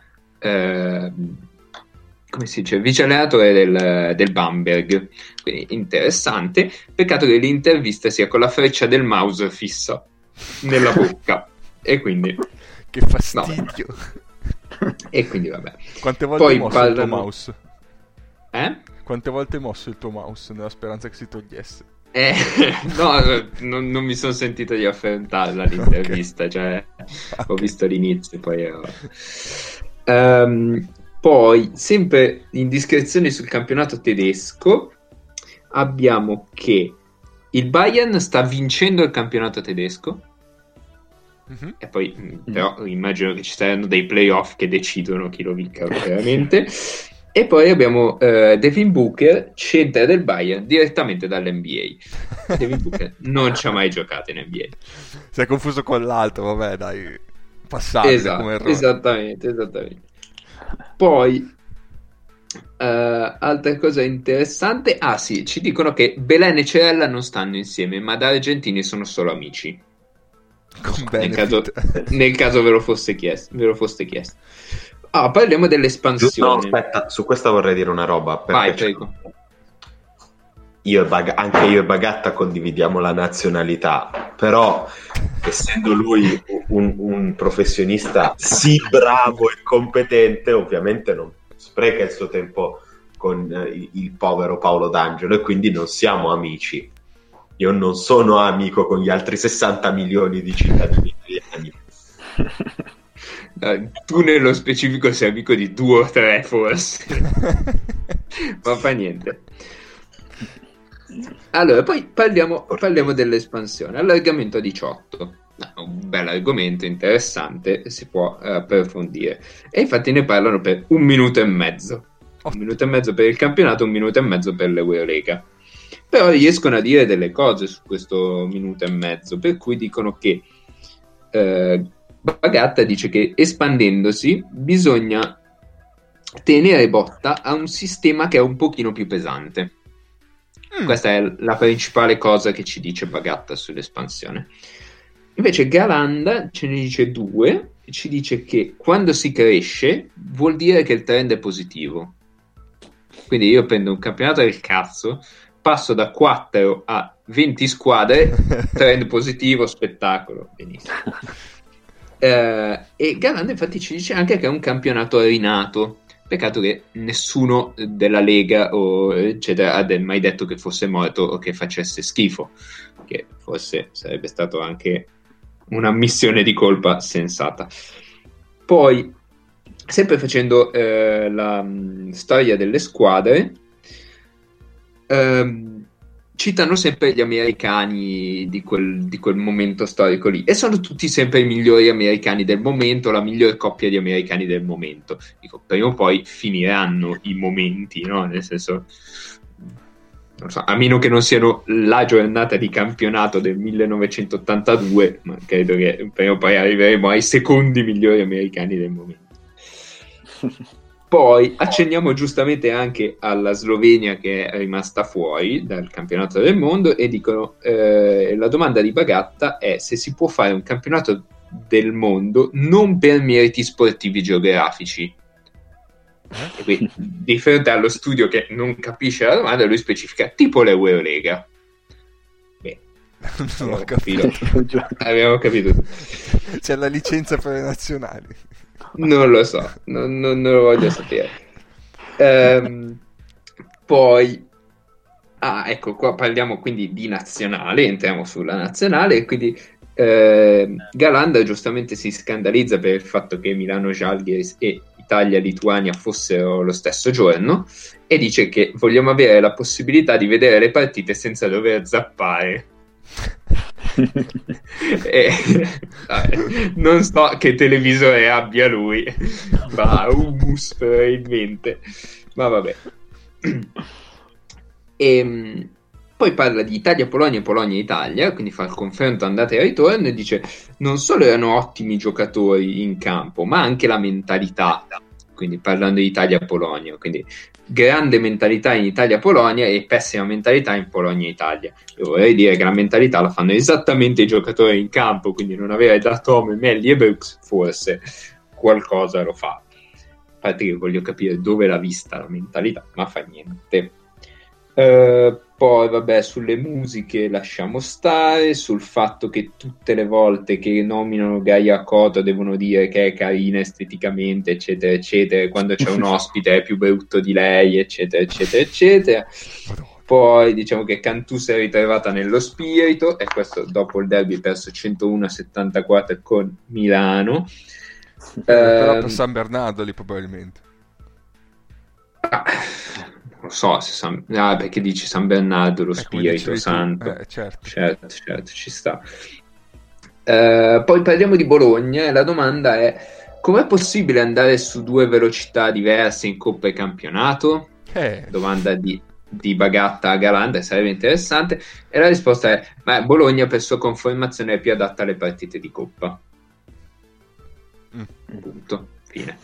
come si dice, vice allenatore del Bamberg. Quindi interessante. Peccato che l'intervista sia con la freccia del mouse fissa nella bocca, e quindi che fastidio. No. E quindi vabbè. Quante volte hai mosso il tuo mouse? Quante volte hai mosso il tuo mouse nella speranza che si togliesse? No, non mi sono sentito di affrontarla l'intervista. Okay. Cioè, ho visto l'inizio, poi poi, sempre indiscrezioni sul campionato tedesco, abbiamo che il Bayern sta vincendo il campionato tedesco, e poi però immagino che ci saranno dei playoff che decidono chi lo vinca veramente. E poi abbiamo Devin Booker, centro del Bayern, direttamente dall'NBA. Devin Booker non ci ha mai giocato in NBA. Si è confuso con l'altro, vabbè dai, passabile come errore. Esattamente. Poi altra cosa interessante, sì, ci dicono che Belen e Cerella non stanno insieme, ma da argentini sono solo amici. Nel caso ve lo foste chiesto. Parliamo dell'espansione. No, aspetta, su questa vorrei dire una roba. Vai, prego. Anche io e Bagatta condividiamo la nazionalità, però essendo lui un professionista sì bravo e competente, ovviamente non spreca il suo tempo con il povero Paolo D'Angelo, e quindi non siamo amici. Io non sono amico con gli altri 60 milioni di cittadini italiani. Tu nello specifico sei amico di 2 o 3 forse. Ma fa niente. Allora, poi parliamo dell'espansione. Allargamento a 18. Un bel argomento, interessante, si può approfondire. E infatti ne parlano per 1 minuto e mezzo. 1 minuto e mezzo per il campionato, 1 minuto e mezzo per l'Eurolega. Però riescono a dire delle cose su questo minuto e mezzo, per cui dicono che Bagatta dice che espandendosi bisogna tenere botta a un sistema che è un pochino più pesante. Questa è la principale cosa che ci dice Bagatta sull'espansione. Invece Galanda ce ne dice 2, e ci dice che quando si cresce vuol dire che il trend è positivo. Quindi io prendo un campionato del cazzo, passo da 4 a 20 squadre, trend positivo, spettacolo, benissimo. E Galanda infatti ci dice anche che è un campionato rinato. Peccato che nessuno della Lega o eccetera ha mai detto che fosse morto o che facesse schifo, che forse sarebbe stato anche un'ammissione di colpa sensata. Poi, sempre facendo la storia delle squadre, citano sempre gli americani di quel momento storico lì, e sono tutti sempre i migliori americani del momento, la migliore coppia di americani del momento. Dico, prima o poi finiranno i momenti, no? Nel senso, non so, a meno che non siano la giornata di campionato del 1982, ma credo che prima o poi arriveremo ai secondi migliori americani del momento. Poi accenniamo giustamente anche alla Slovenia, che è rimasta fuori dal campionato del mondo, e dicono la domanda di Bagatta è se si può fare un campionato del mondo non per meriti sportivi geografici. E qui, di fronte allo studio che non capisce la domanda, lui specifica tipo l'Eurolega. Beh, non ho capito. Abbiamo capito. C'è la licenza per le nazionali. Non lo so, non lo voglio sapere. Poi, ecco, qua parliamo quindi di nazionale, entriamo sulla nazionale, quindi Galanda giustamente si scandalizza per il fatto che Milano-Žalgiris e Italia-Lituania fossero lo stesso giorno, e dice che vogliamo avere la possibilità di vedere le partite senza dover zappare. Non so che televisore abbia lui, ma Humus probabilmente, ma vabbè. E poi parla di Italia-Polonia e Polonia-Italia, quindi fa il confronto andata e ritorno, e dice non solo erano ottimi giocatori in campo, ma anche la mentalità, quindi parlando di Italia-Polonia, quindi grande mentalità in Italia-Polonia e pessima mentalità in Polonia-Italia. Io vorrei dire che la mentalità la fanno esattamente i giocatori in campo, quindi non avere Datome, Melli e Brooks forse qualcosa lo fa. A parte che voglio capire dove l'ha vista la mentalità, ma fa niente. Poi vabbè, sulle musiche lasciamo stare, sul fatto che tutte le volte che nominano Gaia Koto devono dire che è carina esteticamente, eccetera eccetera, quando c'è un ospite è più brutto di lei, eccetera eccetera eccetera. Poi diciamo che Cantù si è ritrovata nello spirito, e questo dopo il derby perso 101-74 con Milano. Però per San Bernardo lì probabilmente. Non so se perché dici San Bernardo, lo Spirito Santo. Certo, ci sta. Poi parliamo di Bologna, e la domanda è: com'è possibile andare su due velocità diverse in Coppa e Campionato? Domanda di Bagatta a Galanda, sarebbe interessante, e la risposta è: Bologna per sua conformazione è più adatta alle partite di Coppa. Punto. Fine.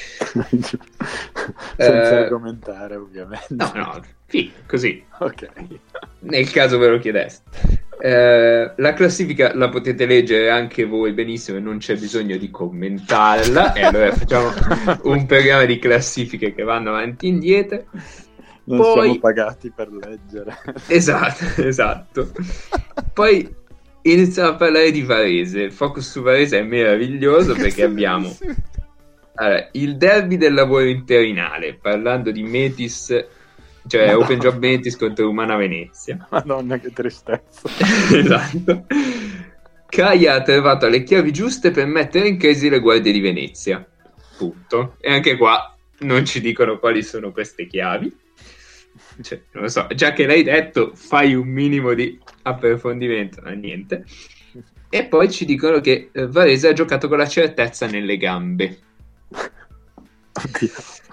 Senza argomentare, ovviamente. No, sì, così. Ok. Nel caso ve lo chiedeste. La classifica la potete leggere anche voi benissimo, e non c'è bisogno di commentarla. E allora facciamo un programma di classifiche che vanno avanti e indietro. Non siamo pagati per leggere. Esatto. Poi iniziamo a parlare di Varese. Il focus su Varese è meraviglioso perché abbiamo il derby del lavoro interinale, parlando di Metis, cioè Madonna. Open Job Metis contro Umana Venezia. Madonna, che tristezza. Esatto. Caia ha trovato le chiavi giuste per mettere in crisi le guardie di Venezia. Punto. E anche qua non ci dicono quali sono queste chiavi. Cioè, non lo so, già che l'hai detto, fai un minimo di approfondimento, ma niente. E poi ci dicono che Varese ha giocato con la certezza nelle gambe. Oddio.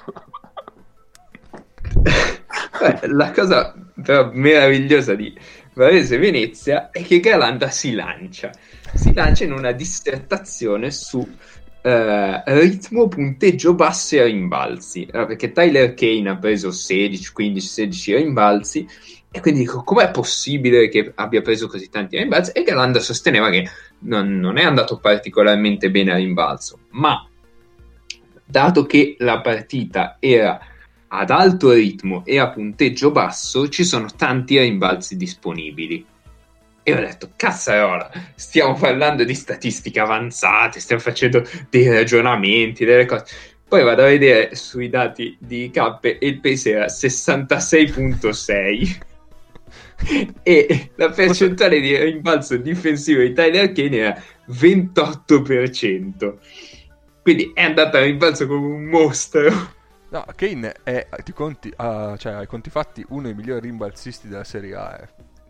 La cosa però meravigliosa di Varese Venezia è che Galanda si lancia in una dissertazione su ritmo, punteggio basso e rimbalzi, perché Tyler Kane ha preso 16 rimbalzi, e quindi dico: com'è possibile che abbia preso così tanti rimbalzi? E Galanda sosteneva che non è andato particolarmente bene a rimbalzo, ma dato che la partita era ad alto ritmo e a punteggio basso, ci sono tanti rimbalzi disponibili. E ho detto: cazzarola, stiamo parlando di statistiche avanzate, stiamo facendo dei ragionamenti, delle cose. Poi vado a vedere sui dati di K e il pace era 66.6 e la percentuale di rimbalzo difensivo di Tyler Kane era 28%. Quindi è andato a rimbalzo come un mostro. No, Kane è ai conti fatti uno dei migliori rimbalzisti della Serie A.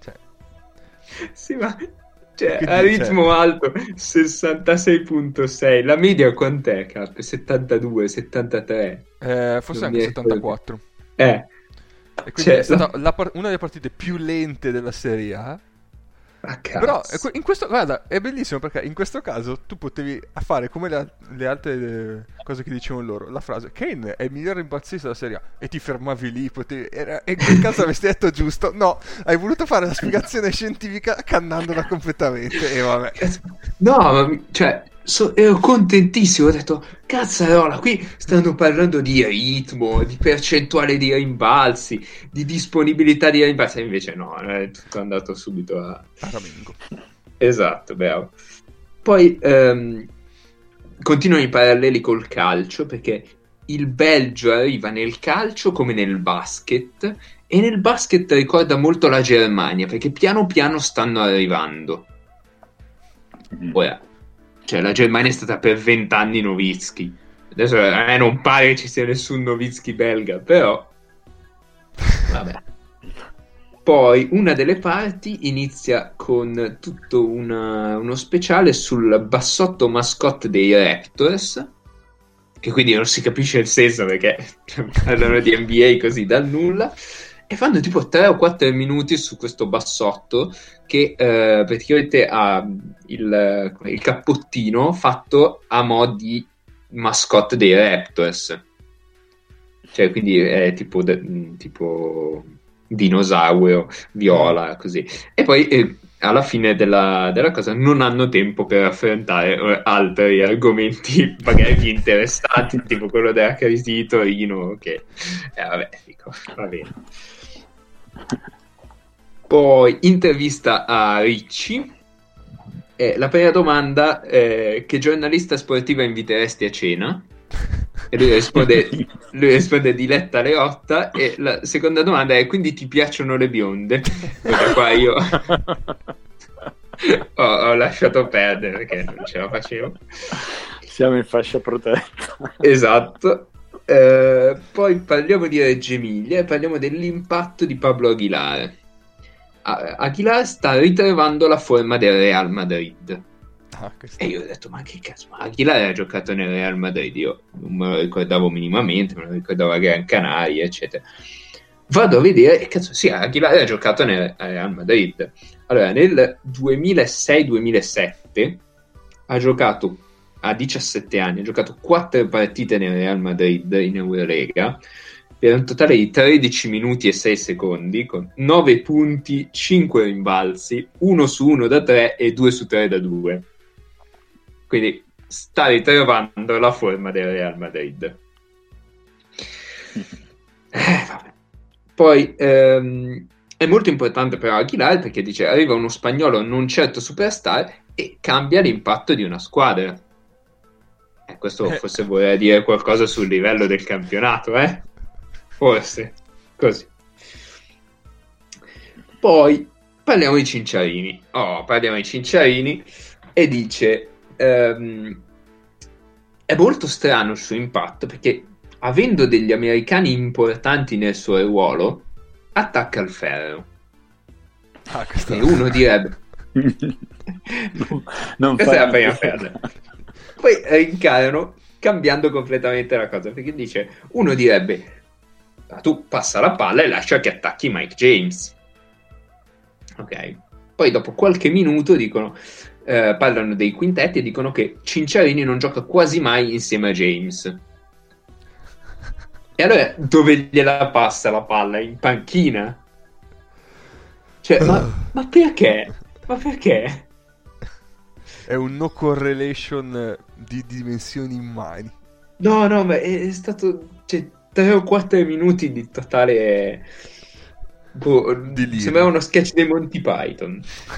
Sì, ma cioè, a ritmo alto 66.6. La media quant'è, Cap? 72, 73? Forse anche 74. E quindi è stata una delle partite più lente della Serie A. Però in questo, guarda, è bellissimo perché in questo caso tu potevi fare come le altre cose che dicevano loro, la frase Kane è il migliore rimbalzista della Serie A, e ti fermavi lì, e in quel caso avresti detto giusto. No, hai voluto fare la spiegazione scientifica cannandola completamente, e vabbè. No, ma cioè ero contentissimo, ho detto cazzarola, qui stanno parlando di ritmo, di percentuale di rimbalzi, di disponibilità di rimbalzi, e invece no, è tutto andato subito a Ramingo. Esatto, bravo. Poi continuano i paralleli col calcio, perché il Belgio arriva nel calcio come nel basket, e nel basket ricorda molto la Germania, perché piano piano stanno arrivando. Ora, cioè, la Germania è stata per 20 anni Nowitzki. Adesso non pare ci sia nessun Nowitzki belga, però vabbè. Poi una delle parti inizia con tutto uno speciale sul bassotto mascotte dei Raptors, che quindi non si capisce il senso perché parlano di NBA così dal nulla, e fanno tipo 3 o 4 minuti su questo bassotto che praticamente ha il cappottino fatto a mo' di mascotte dei Raptors, cioè quindi è tipo dinosauro viola, così. E poi alla fine della cosa non hanno tempo per affrontare altri argomenti magari più interessanti, tipo quello della crisi di Torino, che vabbè, dico, va bene. Poi intervista a Ricci, la prima domanda è: che giornalista sportiva inviteresti a cena? E lui risponde Diletta Leotta. E la seconda domanda è: quindi ti piacciono le bionde? Perché qua io ho lasciato perdere perché non ce la facevo. Siamo in fascia protetta. Esatto. Poi parliamo di Reggio Emilia e parliamo dell'impatto di Pablo Aguilar. Aguilar sta ritrovando la forma del Real Madrid. E io ho detto: ma che cazzo, ma Aguilar ha giocato nel Real Madrid? Io non me lo ricordavo minimamente, me lo ricordavo a Gran Canaria, eccetera. Vado a vedere e cazzo, sì, Aguilar ha giocato nel Real Madrid. Allora, nel 2006-2007 ha giocato, a 17 anni, ha giocato 4 partite nel Real Madrid in Eurolega per un totale di 13 minuti e 6 secondi, con 9 punti, 5 rimbalzi, 1 su 1 da 3 e 2 su 3 da 2. Quindi sta ritrovando la forma del Real Madrid. Vabbè. Poi è molto importante però Aguilar, perché dice: arriva uno spagnolo non certo superstar e cambia l'impatto di una squadra. Questo forse vorrei dire qualcosa sul livello del campionato, forse così. Poi parliamo di Cinciarini. E dice: è molto strano il suo impatto, perché avendo degli americani importanti nel suo ruolo attacca il ferro. E uno direbbe non questa è la prima frase. Poi rincarano cambiando completamente la cosa, perché dice: uno direbbe tu passa la palla e lascia che attacchi Mike James. Ok. Poi dopo qualche minuto dicono parlano dei quintetti e dicono che Cinciarini non gioca quasi mai insieme a James. E allora dove gliela passa la palla? In panchina? Cioè, ma perché? Ma perché? È un no correlation di dimensioni immani. No, ma è stato 3 o 4 minuti di totale sembrava uno sketch dei Monty Python.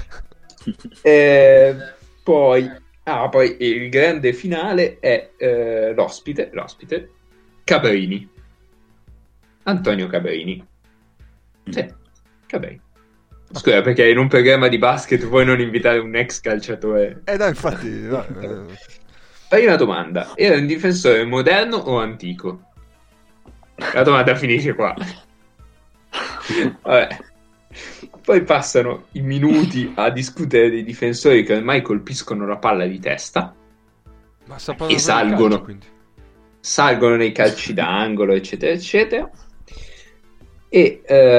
Poi il grande finale è l'ospite Cabrini, Antonio Cabrini. Sì, Cabrini. Scusa, perché in un programma di basket vuoi non invitare un ex calciatore? No, infatti. Prima domanda: era un difensore moderno o antico? La domanda finisce qua. Vabbè. Poi passano i minuti a discutere dei difensori che ormai colpiscono la palla di testa e salgono nei calci d'angolo, eccetera, eccetera. E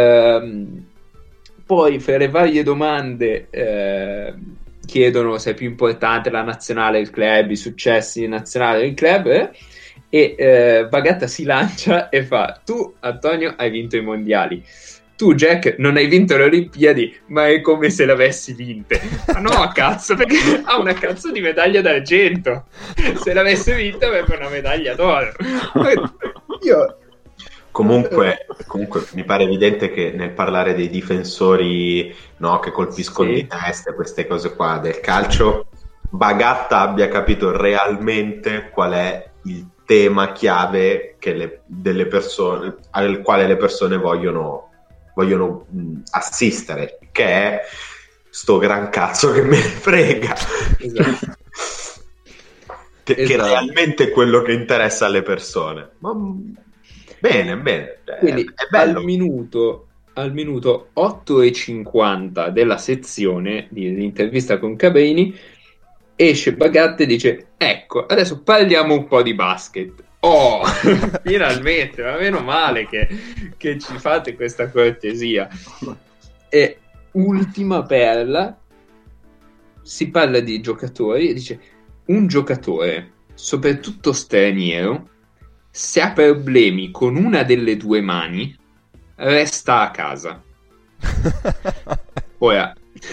poi, per le varie domande, chiedono se è più importante la nazionale del club, i successi nazionali del club, e Bagatta si lancia e fa: tu, Antonio, hai vinto i mondiali, tu, Jack, non hai vinto le Olimpiadi, ma è come se le avessi vinte. Ma no, cazzo, perché ha una cazzo di medaglia d'argento. Se l'avesse vinta avrebbe una medaglia d'oro. Comunque mi pare evidente che nel parlare dei difensori, no, che colpiscono di testa, queste cose qua del calcio, Bagatta abbia capito realmente qual è il tema chiave delle persone, al quale le persone vogliono assistere, che è sto gran cazzo che me ne frega. Esatto. Che realmente è quello che interessa alle persone. Ma bene. Quindi è bello. al minuto 8:50 della sezione dell'intervista con Cabrini esce Bagatta e dice: ecco, adesso parliamo un po' di basket. Oh, finalmente, ma meno male che ci fate questa cortesia. E ultima perla, si parla di giocatori e dice: un giocatore, soprattutto straniero, se ha problemi con una delle due mani, resta a casa. Ora,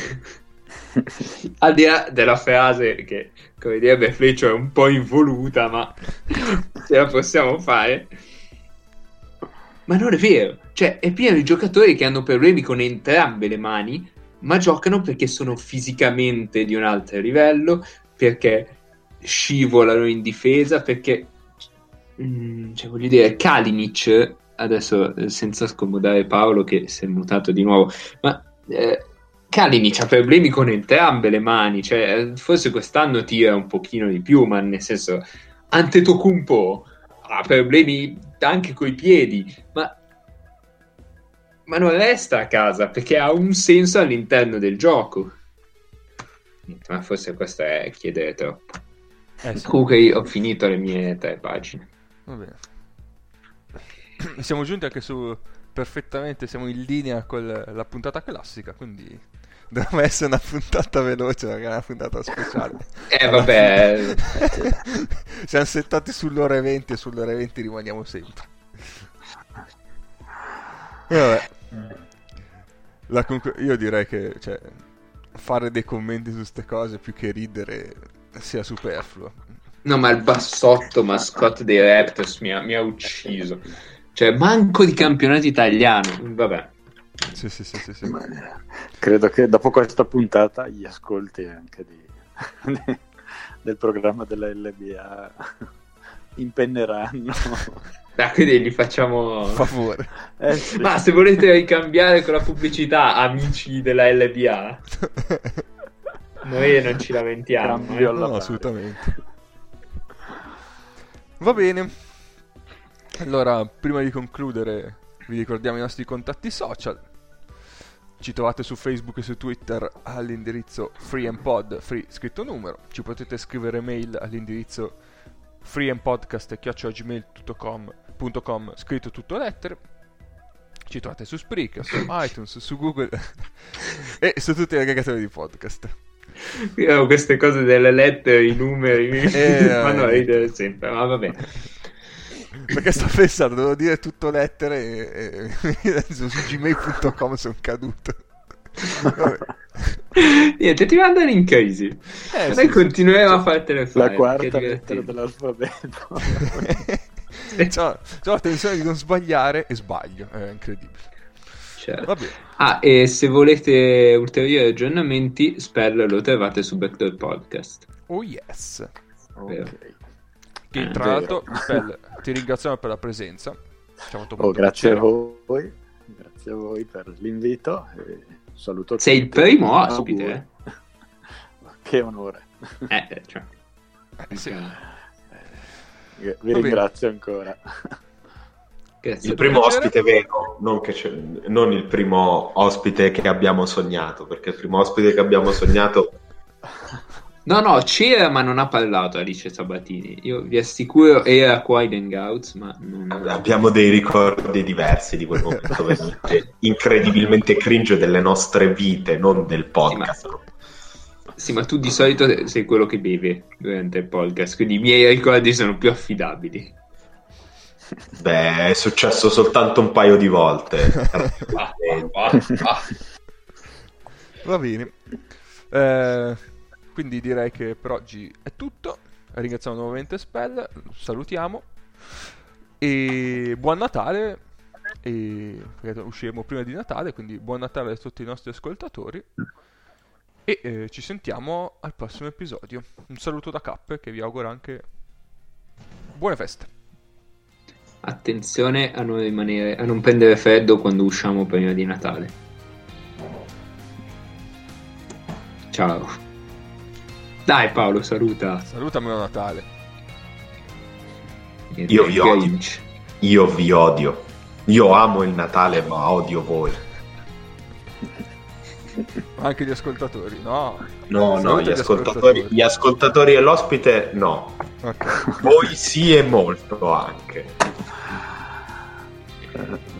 al di là della frase che, come direbbe Fleccio, è un po' involuta, ma ce la possiamo fare. Ma non è vero, cioè è pieno di giocatori che hanno problemi con entrambe le mani, ma giocano perché sono fisicamente di un altro livello, perché scivolano in difesa, perché cioè, voglio dire, Kalinic, adesso senza scomodare Paolo che si è mutato di nuovo, ma Kalinic ha problemi con entrambe le mani, cioè forse quest'anno tira un pochino di più, ma nel senso, Antetokounmpo ha problemi anche coi piedi, ma non resta a casa perché ha un senso all'interno del gioco. Ma forse questo è chiedere troppo. Sì. Comunque io ho finito le mie 3 pagine. Va bene. Siamo giunti anche su perfettamente, siamo in linea con la puntata classica, quindi dovrebbe essere una puntata veloce, perché è una puntata speciale. Vabbè. Siamo settati sull'ora 20 e sull'ora 20 rimaniamo sempre. E vabbè. Io direi che fare dei commenti su queste cose più che ridere sia superfluo. No, ma il bassotto mascotte dei Raptors mi ha ucciso. Cioè, manco di campionato italiano. Vabbè. Sì. Credo che dopo questa puntata gli ascolti anche del programma della LBA impenneranno. Quindi gli facciamo favore. Sì. Ma se volete ricambiare con la pubblicità, amici della LBA, noi non ci lamentiamo. No, assolutamente. Va bene. Allora, prima di concludere, vi ricordiamo i nostri contatti social. Ci trovate su Facebook e su Twitter all'indirizzo freeandpod, free scritto numero. Ci potete scrivere mail all'indirizzo freeandpodcast@gmail.com, scritto tutto lettere. Ci trovate su Spreaker, su iTunes, su Google e su tutti gli aggregatori di podcast. Io queste cose delle lettere, i numeri mi fanno ridere sempre, ma va bene. Perché sto pensando, devo dire tutto lettere e su gmail.com sono caduto. Niente, ti mandano in crisi. Noi continueremo a fartele fare. La quarta lettera dell'alfabeto. C'ho la tensione di non sbagliare e sbaglio, è incredibile. Certo. Va bene. E se volete ulteriori aggiornamenti, Spell lo trovate su Backdoor Podcast. Oh yes. Ok. Che tra l'altro, Spell, ti ringraziamo per la presenza. Grazie a voi. Grazie a voi per l'invito. Saluto. Sei il primo ospite. Che onore. Sì. Vi ringrazio ancora. Grazie. Il primo ospite vero, non il primo ospite che abbiamo sognato, perché il primo ospite che abbiamo sognato... No, c'era ma non ha parlato Alice Sabatini. Io vi assicuro era qua in Hangouts, ma non... Abbiamo dei ricordi diversi di quel momento, veramente incredibilmente cringe delle nostre vite, non del podcast. Sì, ma tu di solito sei quello che beve durante il podcast, quindi i miei ricordi sono più affidabili. Beh, è successo soltanto un paio di volte. Va bene. Quindi direi che per oggi è tutto. Ringraziamo nuovamente Spell, salutiamo e buon Natale, perché usciremo prima di Natale, quindi buon Natale a tutti i nostri ascoltatori e ci sentiamo al prossimo episodio. Un saluto da Cap che vi augura anche buone feste. Attenzione a non prendere freddo quando usciamo prima di Natale. Ciao. Dai Paolo, saluta. Salutami a Natale. Io vi odio. Io vi odio. Io amo il Natale, ma odio voi. Anche gli ascoltatori, no? No, gli ascoltatori e l'ospite no. Okay. Voi sì e molto anche.